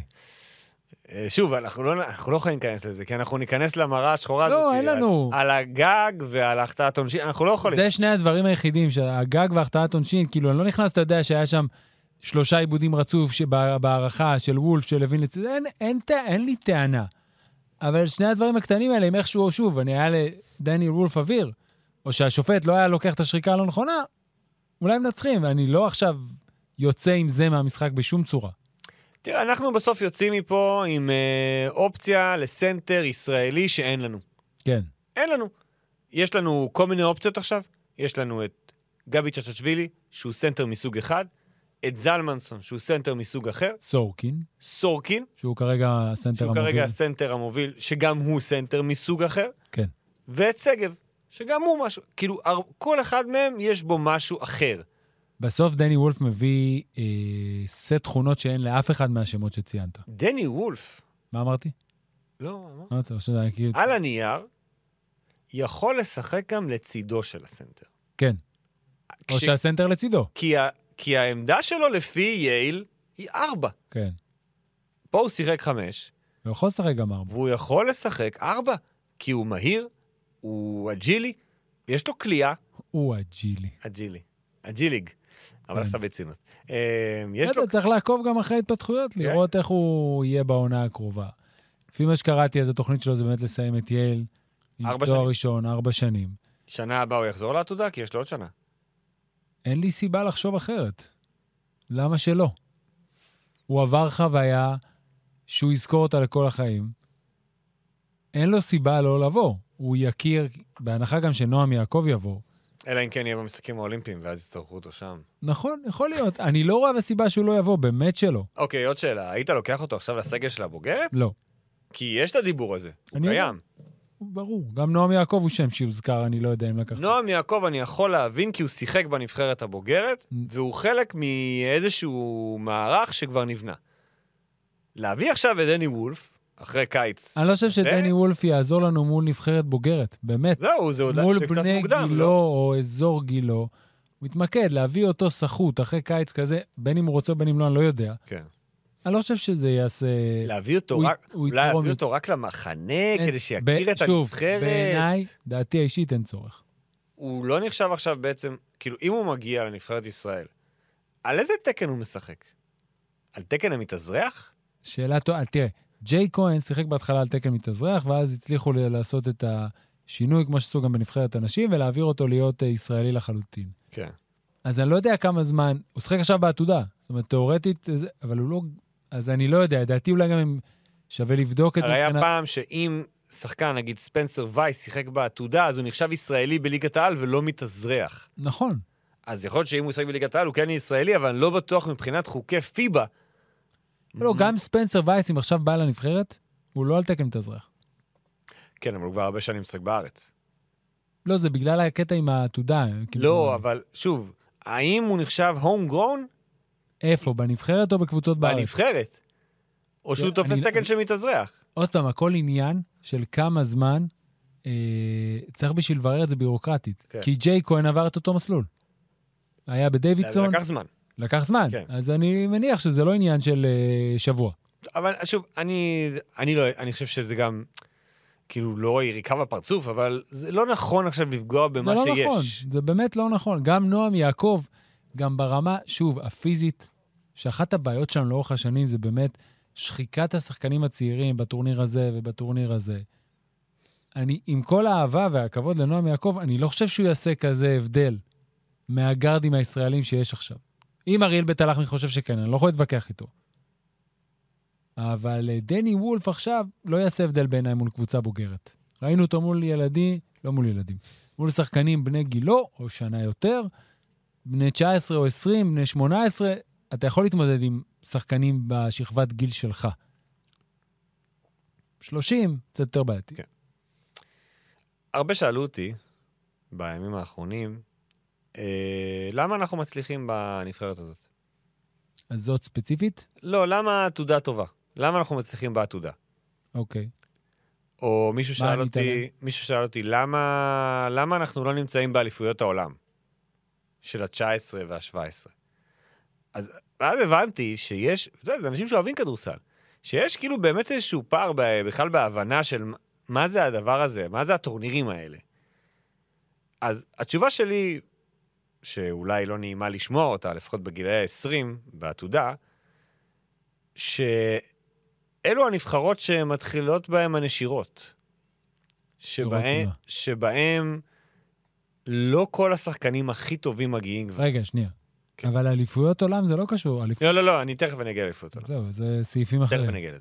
שוב, אנחנו לא, אנחנו לא יכולים להיכנס לזה, כי אנחנו ניכנס למראה השחורה הזאת. לא, אין לנו. על, על הגג ועל ההחטאת עונשין, אנחנו לא יכולים. זה שני הדברים היחידים, שהגג וההחטאת עונשין, כאילו, אני לא נכנס, אתה יודע שהיה שם שלושה עיבודים רצוף בהערכה של וולף, של לוין לצד, אין, אין, אין לי טענה. אבל שני הדברים הקטנים האלה, אם איכשהו, שוב, אני היה לדניאל וולף אוויר, או שהשופט לא היה לוקח את השריקה הלא נכונה, אולי הם נצחים, ואני לא עכשיו יוצא עם זה מהמשחק בשום צורה. תראה, אנחנו בסוף יוצאים מפה עם אה, אופציה לסנטר ישראלי שאין לנו. כן. אין לנו. יש לנו כל מיני אופציות עכשיו. יש לנו את גבי צ'צ'צ'ווילי, שהוא סנטר מסוג אחד, את זלמנסון, שהוא סנטר מסוג אחר. סורקין. סורקין. שהוא כרגע הסנטר שהוא המוביל. כרגע הסנטר המוביל, שגם הוא סנטר מסוג אחר. כן. ואת סגב, שגם הוא משהו. כאילו, כל אחד מהם יש בו משהו אחר. בסוף דני וולף מביא אה, סט תכונות שאין לאף אחד מהשמות שציינת. דני וולף? מה אמרתי? לא, אמרתי. אמרתי על הנייר, יכול לשחק גם לצידו של הסנטר. כן. כש... או שהסנטר לצידו. כי, ה... כי העמדה שלו לפי יייל היא ארבע. כן. פה הוא שיחק חמש. הוא יכול לשחק גם ארבע. והוא יכול לשחק ארבע, כי הוא מהיר, הוא אג'ילי, יש לו קליעה. הוא אג'ילי. אג'ילי. אג'יליג. אבל עכשיו בצינות. אתה צריך לעקוב גם אחרי התפתחויות, לראות איך הוא יהיה בעונה הקרובה. לפי מה שקראתי, אז התוכנית שלו זה באמת לסיים את יייל, עם תואר ראשון, ארבע שנים. שנה הבאה הוא יחזור לעתודה, כי יש לו עוד שנה. אין לי סיבה לחשוב אחרת. למה שלא? הוא עבר חוויה שהוא יזכור אותה לכל החיים. אין לו סיבה לא לבוא. הוא יכיר, בהנחה גם שנועם יעקב יבוא. אלא אם כן יהיה במשחקים האולימפיים, ואז יצטרכו אותו שם. נכון, יכול להיות. אני לא רואה בסיבה שהוא לא יבוא, באמת שלא. אוקיי, עוד שאלה. היית לוקח אותו עכשיו לסגל של הבוגרת? לא. כי יש את הדיבור הזה. הוא קיים. ברור. גם נועם יעקב הוא שם שיוזכר, אני לא יודע אם לקחת. נועם יעקב אני יכול להבין, כי הוא שיחק בנבחרת הבוגרת, והוא חלק מאיזשהו מערך שכבר נבנה. להביא עכשיו את דני וולף, אחרי קיץ. אני לא חושב שדני וולף יעזור לנו מול נבחרת בוגרת, באמת. זהו, זה עוד מול בני גילו או אזור גילו, הוא מתמקד להביא אותו סחוט אחרי קיץ כזה, בין אם הוא רוצה, בין אם לא, אני לא יודע. כן. אני לא חושב שזה יעשה... להביא אותו רק, אולי להביא אותו רק למחנה, כדי שיכיר את הנבחרת. שוב, בעיניי, דעתי האישית אין צורך. הוא לא נחשב עכשיו בעצם, כאילו, אם הוא מגיע לנבחרת ישראל, על איזה תקן הוא משחק? על תקן המתאזרח? שאלה טובה, תראה, ג'יי כהן שיחק בהתחלה על תקן מתאזרח, ואז הצליחו לעשות את השינוי, כמו שעשו גם בנבחרת הנשים, ולהעביר אותו להיות ישראלי לחלוטין. כן. אז אני לא יודע כמה זמן, הוא שחק עכשיו בעתודה, זאת אומרת, תיאורטית, אבל הוא לא, אז אני לא יודע, דעתי אולי גם אם שווה לבדוק את זה. הרי היה פעם שאם שחקן, נגיד ספנסר וייס, שיחק בעתודה, אז הוא נחשב ישראלי בליגת העל ולא מתאזרח. נכון. אז יכול להיות שאם הוא ישחק בליגת העל, הוא כן ישראלי, אבל אני לא בטוח מבחינת חוקי פיבה. לא, גם ספנסר וייס, אם עכשיו בא לנבחרת, הוא לא על תקן מתאזרח. כן, אבל הוא כבר הרבה שנים משחק בארץ. לא, זה בגלל הקטע עם העתודה. לא, אבל שוב, האם הוא נחשב הום גרון? איפה, בנבחרת או בקבוצות בארץ? בנבחרת. או שהוא תופס תקן של מתאזרח? עוד פעם, הכל עניין של כמה זמן אה, צריך בשביל לברר את זה בירוקרטית. כן. כי ג'יי כהן עבר את אותו מסלול. היה בדייווידסון. לקח זמן. לקח זמן. כן. אז אני מניח שזה לא עניין של אה, שבוע. אבל שוב, אני, אני לא, אני חושב שזה גם, כאילו, לא יריקה בפרצוף, אבל זה לא נכון עכשיו לפגוע במה שיש. זה לא נכון, זה באמת לא נכון. גם נועם יעקב, גם ברמה, שוב, הפיזית, שאחת הבעיות שלנו לאורך השנים זה באמת שחיקת השחקנים הצעירים בטורניר הזה ובטורניר הזה. אני, עם כל האהבה והכבוד לנועם יעקב, אני לא חושב שהוא יעשה כזה הבדל מהגארדים הישראלים שיש עכשיו. אם אריאל בית הלחמי חושב שכן, אני לא יכול להתווכח איתו. אבל דני וולף עכשיו לא יעשה הבדל בעיניי מול קבוצה בוגרת. ראינו אותו מול ילדים, לא מול ילדים, מול שחקנים בני גילו, או שנה יותר, בני תשע עשרה או עשרים, בני שמונה עשרה, אתה יכול להתמודד עם שחקנים בשכבת גיל שלך. שלושים, קצת יותר בעייתי. כן. הרבה שאלו אותי, בימים האחרונים, אה, למה אנחנו מצליחים בנבחרת הזאת? אז זאת ספציפית? לא, למה עתודה טובה? למה אנחנו מצליחים בעתודה? אוקיי. או מישהו שאל ענית להם? אותי, מישהו שאל אותי, למה, למה אנחנו לא נמצאים באליפויות העולם? של ה-תשע עשרה וה-שבע עשרה. אז אז הבנתי שיש, אתה יודע, זה אנשים שאוהבים כדורסל, שיש כאילו באמת איזשהו פער בכלל בהבנה של מה זה הדבר הזה, מה זה הטורנירים האלה. אז התשובה שלי, שאולי לא נעימה לשמוע אותה, לפחות בגילאי ה-עשרים, בעתודה, שאלו הנבחרות שמתחילות בהן הנשירות. שבהם, שבהם לא כל השחקנים הכי טובים מגיעים כבר. רגע, שנייה. כן. אבל אליפויות עולם זה לא קשור. אליפ... לא, לא, לא, אני תכף אני אגיע לאליפויות עולם. זהו, זה סעיפים אחרים. תכף אני אגיע לזה.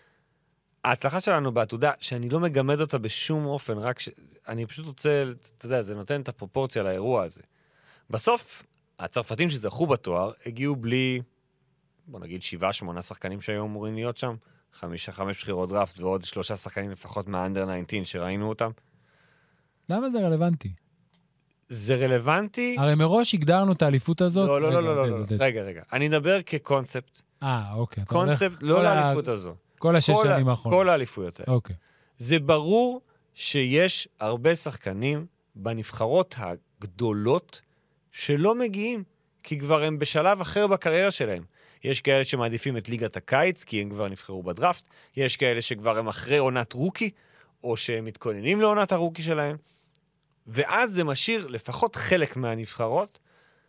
ההצלחה שלנו בעתודה, שאני לא מגמד אותה בשום אופן, רק ש... אני פשוט רוצה, אתה יודע, זה נותן את הפרופורציה לאירוע הזה. בסוף, הצרפתים שזכו בתואר, הגיעו בלי, בוא נגיד, שבעה, שמונה שחקנים שהיו אמורים להיות שם, חמישה, חמש בחירות דראפט, ועוד שלושה שחקנים לפחות מהאנדר תשע עשרה שראינו אותם. למה זה רלוונטי? זה רלוונטי... הרי מראש הגדרנו את האליפות הזאת. לא, לא, לא, לא, לא, רגע, רגע. אני מדבר כקונספט. אה, אוקיי. קונספט, לא לאליפות הזו. כל השש שנים האחרונות. כל האליפויות האלה. אוקיי. זה ברור שיש הרבה שחקנים בנבחרות הגדולות שלא מגיעים, כי כבר הם בשלב אחר בקריירה שלהם. יש כאלה שמעדיפים את ליגת הקיץ, כי הם כבר נבחרו בדראפט. יש כאלה שכבר הם אחרי עונת רוקי, או שהם מתכוננים לעונת הרוקי שלהם. ואז זה משאיר לפחות חלק מהנבחרות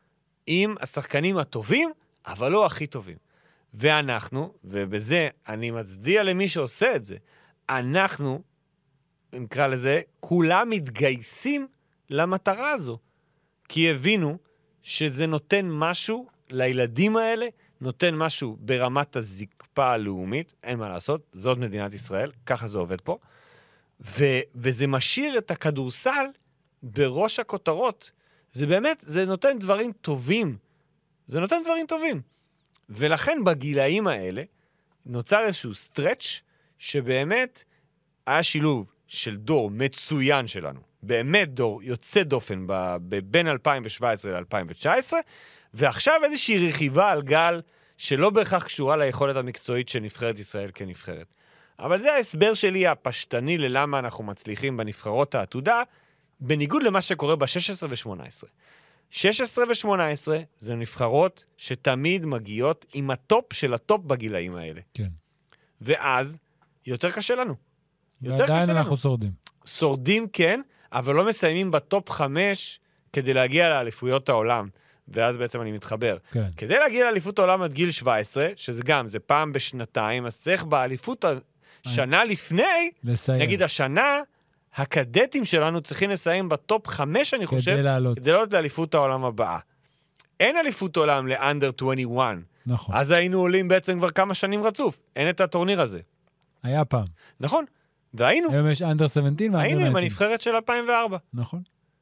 עם השחקנים הטובים, אבל לא הכי טובים. ואנחנו, ובזה אני מצדיע למי שעושה את זה, אנחנו, נקרא לזה, כולם מתגייסים למטרה הזו. כי הבינו שזה נותן משהו לילדים האלה, נותן משהו ברמת הזקפה הלאומית, אין מה לעשות, זאת מדינת ישראל, ככה זה עובד פה, ו- וזה משאיר את הכדורסל בראש הכותרות. זה באמת, זה נותן דברים טובים. זה נותן דברים טובים. ולכן בגילאים האלה נוצר איזשהו סטרץ' שבאמת היה שילוב של דור מצוין שלנו. באמת דור יוצא דופן ב- בין אלפיים שבע עשרה ל-אלפיים תשע עשרה, ועכשיו איזושהי רכיבה על גל שלא בהכרח קשורה ליכולת המקצועית של נבחרת ישראל כנבחרת. אבל זה ההסבר שלי הפשטני ללמה אנחנו מצליחים בנבחרות העתודה, בניגוד למה שקורה ב-שש עשרה ו-שמונה עשרה. שש עשרה ו-שמונה עשרה זה נבחרות שתמיד מגיעות עם הטופ של הטופ בגילאים האלה. כן. ואז יותר קשה לנו. יותר ועדיין קשה אנחנו לנו. שורדים. שורדים כן, אבל לא מסיימים בטופ חמש כדי להגיע לאליפויות העולם. ואז בעצם אני מתחבר. כן. כדי להגיע לאליפות העולם עד גיל שבע עשרה, שזה גם, זה פעם בשנתיים, אז צריך באליפות השנה לפני, לסיים. נגיד השנה, הקדטים שלנו צריכים לסיים בטופ חמש, אני חושב, כדי לעלות. כדי לעלות לאליפות העולם הבאה. אין אליפות עולם לאנדר עשרים ואחת. נכון. אז היינו עולים בעצם כבר כמה שנים רצוף. אין את הטורניר הזה. היה פעם. נכון. והיינו. היום יש אנדר שבע עשרה ואנדר תשע עשרה. היינו עם הנבחרת של אלפיים וארבע. נכון.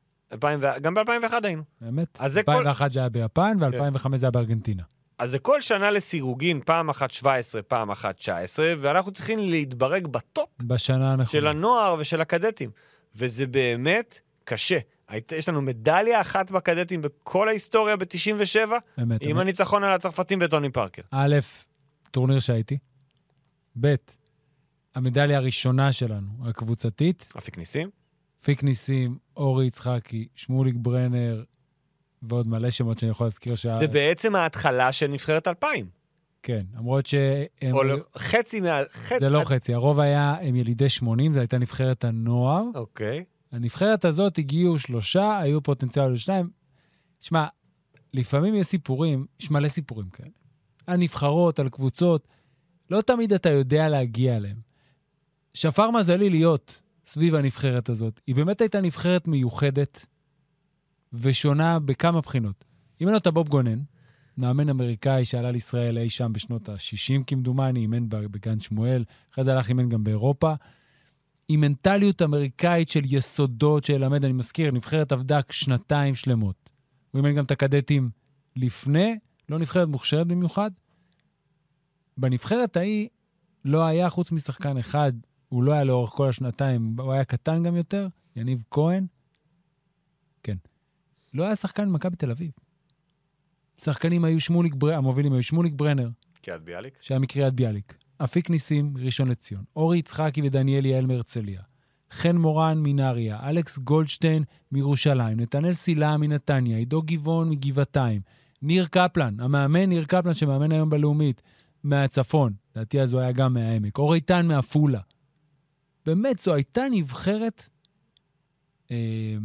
גם ב-אלפיים ואחת היינו. באמת. אז זה כל- אלפיים ואחת זה היה ביפן, ו-אלפיים וחמש זה היה בארגנטינה. אז זה כל שנה לסירוגין, פעם אחת שבע עשרה, פעם אחת תשע עשרה, ואנחנו צריכים להתברג בטופ בשנה הנכונה. של הנוער ושל הקדטים. וזה באמת קשה. היית- יש לנו מדליה אחת בקדטים בכל ההיסטוריה ב-תשעים ושבע, באמת. עם אמת. הניצחון על הצרפתים וטוני פארקר. א', טורניר שהייתי. ב', המדליה הראשונה שלנו, הקבוצתית. אפיק ניסים? אפיק ניסים, אורי יצחקי, שמוליק ברנר, ועוד מלא שמות שאני יכול להזכיר שה... זה בעצם ההתחלה של נבחרת אלפיים. כן, למרות שהם... או לא, חצי מה... חצי... זה לא חצי, הרוב היה, הם ילידי שמונים, זו הייתה נבחרת הנוער. אוקיי. הנבחרת הזאת הגיעו שלושה, היו פוטנציאל לשניים. שמע, לפעמים יש סיפורים, יש מלא סיפורים כאלה. על נבחרות, על קבוצות, לא תמיד אתה יודע להגיע אליהם. שפר מזלי להיות סביב הנבחרת הזאת. היא באמת הייתה נבחרת מיוחדת ושונה בכמה בחינות. אימן אותה בוב גונן, מאמן אמריקאי שעלה לישראל אי שם בשנות ה-שישים כמדומני, אימן בגן שמואל, אחרי זה הלך אימן גם באירופה. עם מנטליות אמריקאית של יסודות שלמד, אני מזכיר, נבחרת עבדה שנתיים שלמות. הוא אימן גם את הקדטים לפני, לא נבחרת מוכשרת במיוחד. בנבחרת ההיא לא היה חוץ משחקן אחד, הוא לא היה לאורך כל השנתיים, הוא היה קטן גם יותר, יניב כהן. כן. לא היה שחקן במכבי בתל אביב. שחקנים היו שמוליק ברנר, המובילים היו שמוליק ברנר. קריית ביאליק. שהיה מקריית ביאליק. אפיק ניסים, ראשון לציון. אורי יצחקי ודניאל יעל מהרצליה. חן מורן מנהריה. אלכס גולדשטיין מירושלים. נתנאל סילה מנתניה. עידו גבעון מגבעתיים. ניר קפלן, המאמן ניר קפלן שמאמן היום בלאומית, מהצפון. לדעתי אז הוא היה גם מהעמק. אור איתן מעפולה. באמת, זו הייתה נבחרת אה,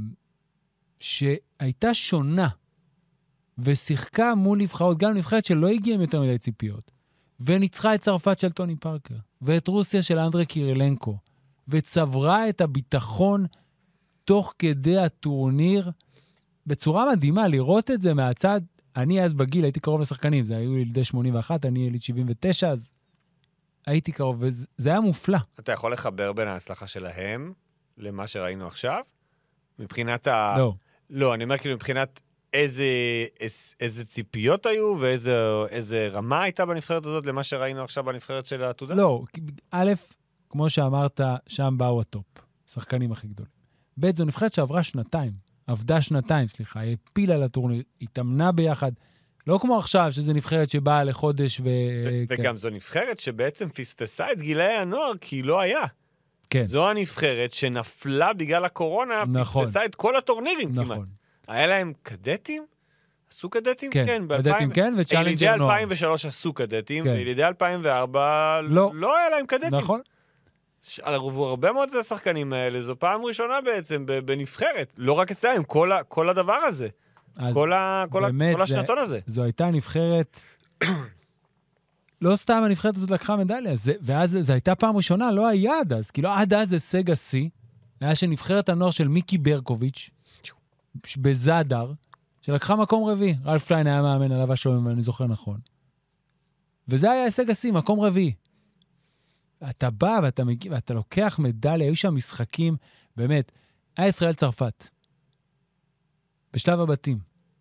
שהייתה שונה. ושיחקה מול נבחרות, גם נבחרת שלא הגיעה עם יותר מדי ציפיות. וניצחה את צרפת של טוני פארקר, ואת רוסיה של אנדרי קירילנקו, וצברה את הביטחון תוך כדי הטורניר, בצורה מדהימה, לראות את זה מהצד. אני אז בגיל, הייתי קרוב לשחקנים, זה היו ילדי שמונים ואחת, אני יליד שבעים ותשע, אז הייתי קרוב, וזה היה מופלא. אתה יכול לחבר בין ההצלחה שלהם למה שראינו עכשיו? מבחינת ה... לא. לא, אני אומר כאילו מבחינת... איזה, איזה, איזה ציפיות היו ואיזה איזה רמה הייתה בנבחרת הזאת למה שראינו עכשיו בנבחרת של העתודה? לא, א', כמו שאמרת, שם באו הטופ, שחקנים הכי גדולים. ב', זו נבחרת שעברה שנתיים, עבדה שנתיים, סליחה, היא הפילה לטורניר, התאמנה ביחד, לא כמו עכשיו, שזו נבחרת שבאה לחודש ו... ו- כן. וגם זו נבחרת שבעצם פספסה את גילאי הנוער, כי לא היה. כן. זו הנבחרת שנפלה בגלל הקורונה, נכון. פספסה את כל הטורנירים נכון. כמעט. היה להם קדטים? עשו קדטים? כן, כן, קדטים כן, וצ'אלנג'ר נוער. ילידי אלפיים ושלוש עשו קדטים, כן. וילידי אלפיים וארבע לא. לא היה להם קדטים. נכון. על הרבה מאוד השחקנים האלה, זו פעם ראשונה בעצם בנבחרת. לא רק אצלם, כל, ה, כל הדבר הזה. כל, ה, כל, באמת, ה, כל השנתון הזה. זו הייתה נבחרת... לא סתם הנבחרת הזאת לקחה מדליה, זה, ואז זו הייתה פעם ראשונה, לא היה עד אז. כאילו עד אז הישג השיא, היה שנבחרת הנוער של מיקי ברקוביץ', בזאדר, שלקחה מקום רביעי. רלף קליין היה מאמן עליו השלום, ואני זוכר נכון. וזה היה הישג השיא, מקום רביעי. אתה בא ואתה מגיע, ואתה לוקח מדליה, היו שם משחקים, באמת, היה ישראל צרפת. בשלב הבתים.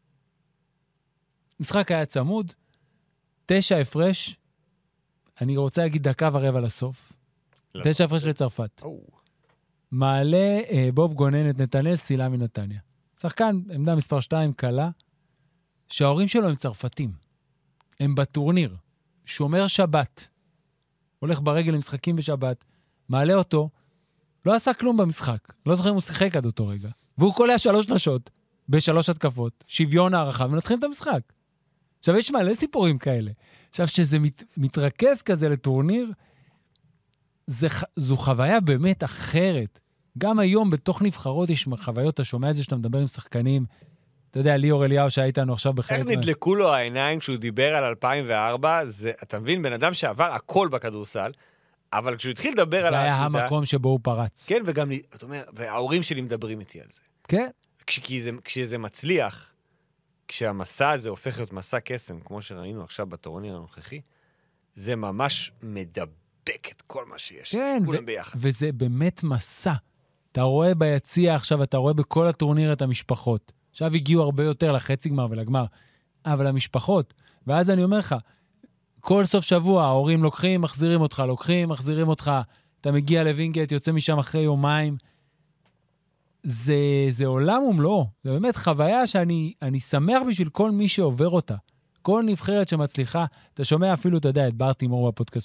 משחק היה צמוד, תשע הפרש, אני רוצה להגיד דקה ורבע לסוף. לא. תשע הפרש לצרפת. או. מעלה אה, בוב גונן את נתנאל סילה מנתניה. שחקן, עמדה מספר שתיים, קלה, שההורים שלו הם צרפתים. הם בטורניר. שומר שבת. הולך ברגל למשחקים בשבת. מעלה אותו. לא עשה כלום במשחק. לא זוכר אם הוא שיחק עד אותו רגע. והוא קולע שלוש נשות. בשלוש התקפות. שוויון הערכה. ומנצחים את המשחק. עכשיו, יש מלא סיפורים כאלה. עכשיו, שזה מת, מתרכז כזה לטורניר, זה, זו חוויה באמת אחרת. גם היום בתוך נבחרות יש חוויות, אתה שומע את זה שאתה מדבר עם שחקנים, אתה יודע, ליאור אליהו שהיה איתנו עכשיו בחלק... איך נדלקו לו העיניים כשהוא דיבר על אלפיים וארבע, זה, אתה מבין, בן אדם שעבר הכל בכדורסל, אבל כשהוא התחיל לדבר על העתידה... זה היה המקום שבו הוא פרץ. כן, וגם, אתה אומר, וההורים שלי מדברים איתי על זה. כן. כשזה, כשזה מצליח, כשהמסע הזה הופך להיות מסע קסם, כמו שראינו עכשיו בטורניר הנוכחי, זה ממש מדבק את כל מה שיש. כן, כולם ו- ביחד. וזה באמת מסע. אתה רואה ביציע עכשיו, אתה רואה בכל הטורניר את המשפחות. עכשיו הגיעו הרבה יותר לחצי גמר ולגמר. אבל המשפחות, ואז אני אומר לך, כל סוף שבוע ההורים לוקחים, מחזירים אותך, לוקחים, מחזירים אותך, אתה מגיע לווינגייט, יוצא משם אחרי יומיים. זה, זה עולם ומלואו. זה באמת חוויה שאני אני שמח בשביל כל מי שעובר אותה. כל נבחרת שמצליחה, אתה שומע אפילו, אתה יודע, את בר תימור בפודקאסט שלו.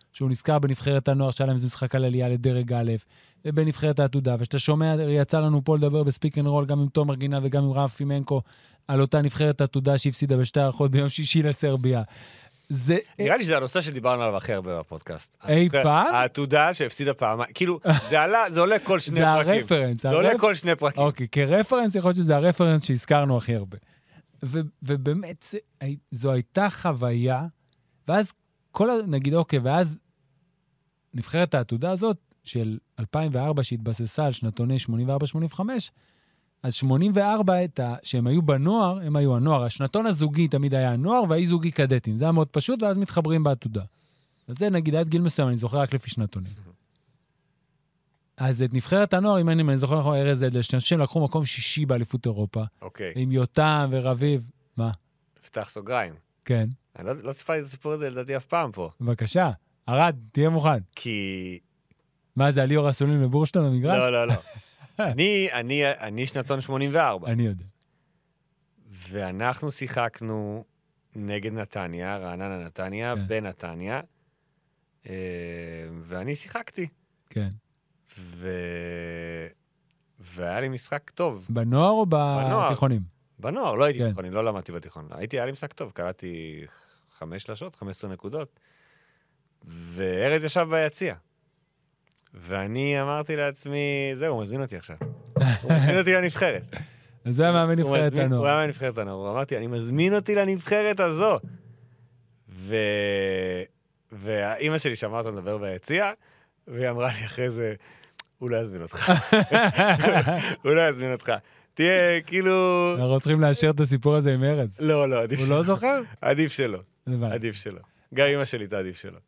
שהוא נזכר בנבחרת הנוער, שהיה להם איזה משחק על עלייה לדרג א', בנבחרת העתודה, ושאתה שומע, יצא לנו פה לדבר בספיק אנד רול, גם עם תומר גינה וגם עם רב פימנקו, על אותה נבחרת העתודה שהפסידה בשתי הערכות ביום שישי לסרביה. זה... נראה לי שזה הנושא שדיברנו עליו הכי הרבה בפודקאסט. אי פעם? העתודה שהפסידה פעמיים, כאילו, זה עלה, זה עולה כל שני זה פרקים. הרפרנס. זה עולה כל שני פרקים. אוקיי, כרפרנס יכול להיות שזה הרפרנס שהזכרנו הכי הרבה. ו- ובאמת, זה, זו הייתה חוויה, ואז כל, נגיד, אוקיי, ואז נבחרת העתודה הזאת, של אלפיים וארבע שהתבססה על שנתוני שמונים וארבע שמונים וחמש, אז שמונים וארבע, את ה, שהם היו בנוער, הם היו הנוער. השנתון הזוגי תמיד היה הנוער, והאי זוגי קדטים. זה היה מאוד פשוט, ואז מתחברים בעתודה. אז זה נגיד, עד גיל מסוים, אני זוכר רק לפי שנתונים. אז את נבחרת הנוער, אם אני, אני זוכר נכון, ארז אדלשטיין, שהם לקחו מקום שישי באליפות אירופה. אוקיי. עם יותם ורביב. מה? פתח סוגריים. כן. אני לא, לא סיפרתי את הסיפור הזה, לדעתי אף פעם פה. בבקשה. ארד, תהיה מוכן. כי... מה זה, ליאור אסולין לבורשטון המגרש? לא, לא, לא. אני, אני, אני שנתון שמונים וארבע. אני יודע. ואנחנו שיחקנו נגד נתניה, רעננה נתניה, כן. בנתניה, אה, ואני שיחקתי. כן. ו... והיה לי משחק טוב. בנוער או בנוער. בתיכונים? בנוער, לא הייתי כן. בתיכונים, לא למדתי בתיכון. הייתי, היה לי משחק טוב, קראתי חמש שלשות, חמש עשרה נקודות, וארז ישב ביציע. ואני אמרתי לעצמי, זהו, הוא מזמין אותי עכשיו. הוא מזמין אותי לנבחרת. אז זה היה מאמן נבחרת הוא הנוער. היה מנבחרת הנוער. אמרתי, אני מזמין אותי לנבחרת הזו. ו... והאימא שלי שמעה אותו לדבר ביציע, והיא אמרה לי אחרי זה, הוא לא יזמין אותך. הוא לא יזמין אותך. תהיה כאילו... אנחנו צריכים לאשר את הסיפור הזה עם ארז. לא, לא, עדיף הוא שלו. לא זוכר? עדיף שלו. עדיף שלו. גם אימא שלי תעדיף שלו.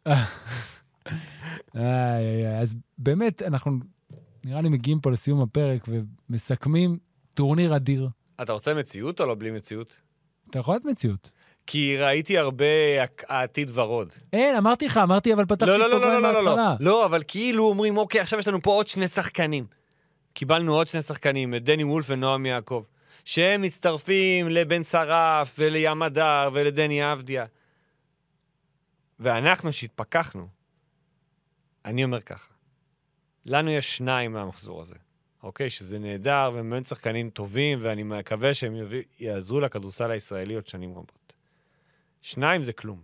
אז באמת, אנחנו נראה לי מגיעים פה לסיום הפרק ומסכמים טורניר אדיר. אתה רוצה מציאות או לא בלי מציאות? אתה יכול להיות מציאות. כי ראיתי הרבה העתיד ורוד. אין, אמרתי לך, אמרתי, אבל פתחתי לא, לא, לא, סוגריים לא, לא, לא, מההתחלה. לא, אבל כאילו אומרים, אוקיי, עכשיו יש לנו פה עוד שני שחקנים. קיבלנו עוד שני שחקנים, את דני וולף ונועם יעקב, שהם מצטרפים לבן שרף ולים הדר ולדני אבדיה. ואנחנו שהתפכחנו, אני אומר ככה, לנו יש שניים מהמחזור הזה, אוקיי? שזה נהדר, והם באמת שחקנים טובים, ואני מקווה שהם יביא, יעזרו לכדורסל הישראלי עוד שנים רבות. שניים זה כלום.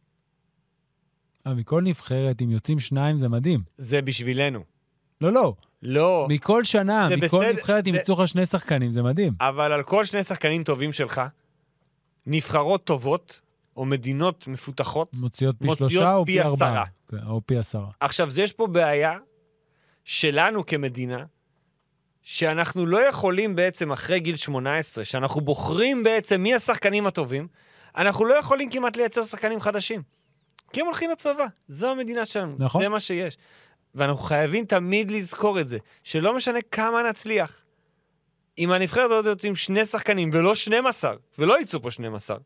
אבל מכל נבחרת, אם יוצאים שניים, זה מדהים. זה בשבילנו. לא, לא. לא. מכל שנה, מכל בסדר, נבחרת, אם זה... יצאו לך שני שחקנים, זה מדהים. אבל על כל שני שחקנים טובים שלך, נבחרות טובות, או מדינות מפותחות, מוציאות פי מוציאות שלושה או פי פי ארבעה. עשרה. כן, או פי עשרה. עכשיו, יש פה בעיה שלנו כמדינה, שאנחנו לא יכולים בעצם אחרי גיל שמונה עשרה, שאנחנו בוחרים בעצם מי השחקנים הטובים, אנחנו לא יכולים כמעט לייצר שחקנים חדשים. כי הם הולכים לצבא. זו המדינה שלנו. נכון. זה מה שיש. ואנחנו חייבים תמיד לזכור את זה, שלא משנה כמה נצליח. אם הנבחרת הזאת יוצאים שני שחקנים, ולא שנים עשר, ולא יצאו פה שנים עשר,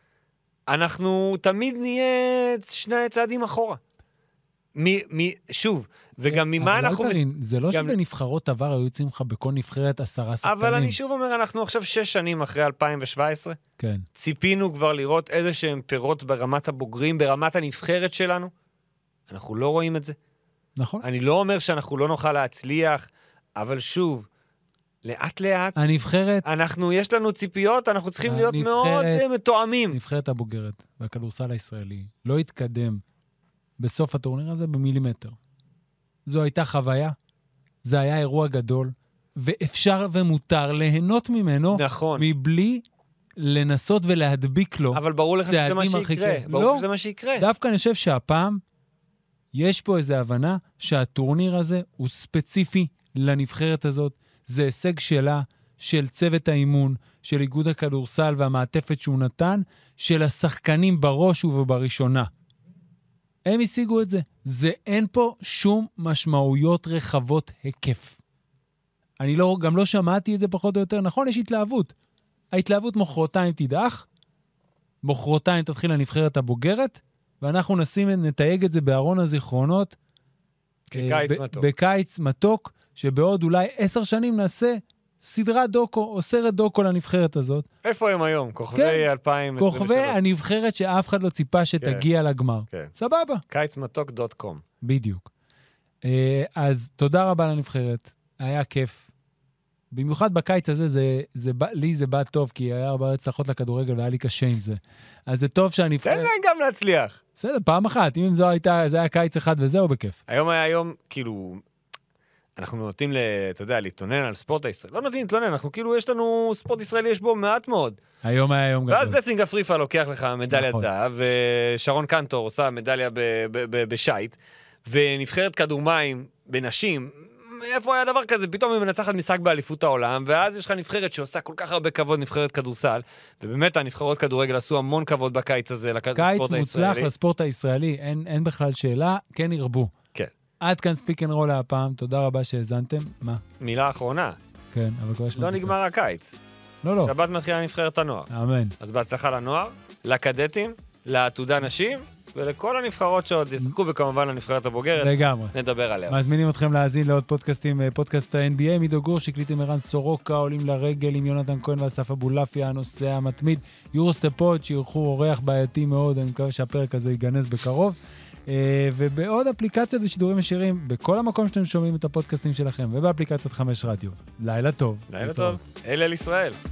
אנחנו תמיד נהיה שני צעדים אחורה. מ, מ, שוב, וגם ממה אנחנו... אבל מש... זה לא גם... שבנבחרות עבר היו יוצאים לך בכל נבחרת עשרה שחקנים. אבל אני שוב אומר, אנחנו עכשיו שש שנים אחרי אלפיים שבע עשרה, כן. ציפינו כבר לראות איזה שהם פירות ברמת הבוגרים, ברמת הנבחרת שלנו. אנחנו לא רואים את זה. נכון. אני לא אומר שאנחנו לא נוכל להצליח, אבל שוב, לאט לאט, הנבחרת... אנחנו, יש לנו ציפיות, אנחנו צריכים להיות הנבחרת, מאוד מתואמים. הנבחרת הבוגרת והכדורסל הישראלי לא התקדם בסוף הטורניר הזה במילימטר. זו הייתה חוויה, זה היה אירוע גדול, ואפשר ומותר ליהנות ממנו, נכון. מבלי לנסות ולהדביק לו. אבל ברור לך שזה מה שיקרה. ברור לא, שזה מה שיקרה. דווקא אני חושב שהפעם יש פה איזו הבנה שהטורניר הזה הוא ספציפי לנבחרת הזאת. זה הישג שלה, של צוות האימון, של איגוד הכדורסל והמעטפת שהוא נתן, של השחקנים בראש ובראשונה. הם השיגו את זה. זה אין פה שום משמעויות רחבות היקף. אני לא, גם לא שמעתי את זה פחות או יותר. נכון, יש התלהבות. ההתלהבות מוחרתיים תדעך, מוחרתיים תתחיל הנבחרת הבוגרת, ואנחנו נשים, נתייג את זה בארון הזיכרונות, בקיץ ב- מתוק. בקיץ מתוק, שבעוד אולי עשר שנים נעשה סדרת דוקו או סרט דוקו לנבחרת הזאת. איפה הם היום? כוכבי כן. אלפיים עשרים ושלוש. כוכבי הנבחרת שאף אחד לא ציפה שתגיע כן. לגמר. כן. סבבה. קיץ מתוק דוט קום. בדיוק. אז תודה רבה לנבחרת. היה כיף. במיוחד בקיץ הזה, זה, זה, לי זה בא טוב, כי היה הרבה הצלחות לכדורגל והיה לי קשה עם זה. אז זה טוב שהנבחרת... תן להם גם להצליח. בסדר, פעם אחת. אם זו הייתה, זה היה קיץ אחד וזהו בכיף. היום היה יום, כאילו, אנחנו נוטים, אתה יודע, להתלונן על ספורט הישראלי. לא נוטים להתלונן, אנחנו כאילו, יש לנו, ספורט ישראלי יש בו מעט מאוד. היום היה יום גדול. ואז בלסינג אפריפה לוקח לך מדליית נכון. זהב, ושרון קנטור עושה מדליה בשייט, ונבחרת כדור מים בנשים, איפה היה דבר כזה? פתאום היא מנצחת משחק באליפות העולם, ואז יש לך נבחרת שעושה כל כך הרבה כבוד, נבחרת כדורסל, ובאמת הנבחרות כדורגל עשו המון כבוד בקיץ הזה לספורט הישראלי. קיץ מוצלח לספורט הישראלי, אין, אין בכלל שאלה, כן ירבו. כן. עד כאן ספיק אנד רול הפעם, תודה רבה שהזנתם. מה? מילה אחרונה. כן, אבל כבר יש לא נגמר הקיץ. לא, לא. שבת מתחילה נבחרת הנוער. אמן. אז בהצלחה לנוער, לקדטים, לעתודה נשים, ולכל הנבחרות שעוד ישחקו, וכמובן לנבחרת הבוגרת. לגמרי. נדבר עליה. מזמינים אתכם להאזין לעוד פודקאסטים, פודקאסט ה-אן בי איי, מידו גור, שקליטים ערן סורוקה, עולים לרגל עם יונתן כהן ואסף אבולעפיה, הנושא המתמיד, יורסטפוד, שיערכו אורח בעייתי מאוד, אני מקווה שהפרק הזה ייגנז בקרוב, ובעוד אפליקציות ושידורים ישירים, בכל המקום שאתם שומעים את הפודקאסטים שלכם, ובאפליקציית חמש רדיו. לילה טוב. לילה טוב. אל אל ישראל.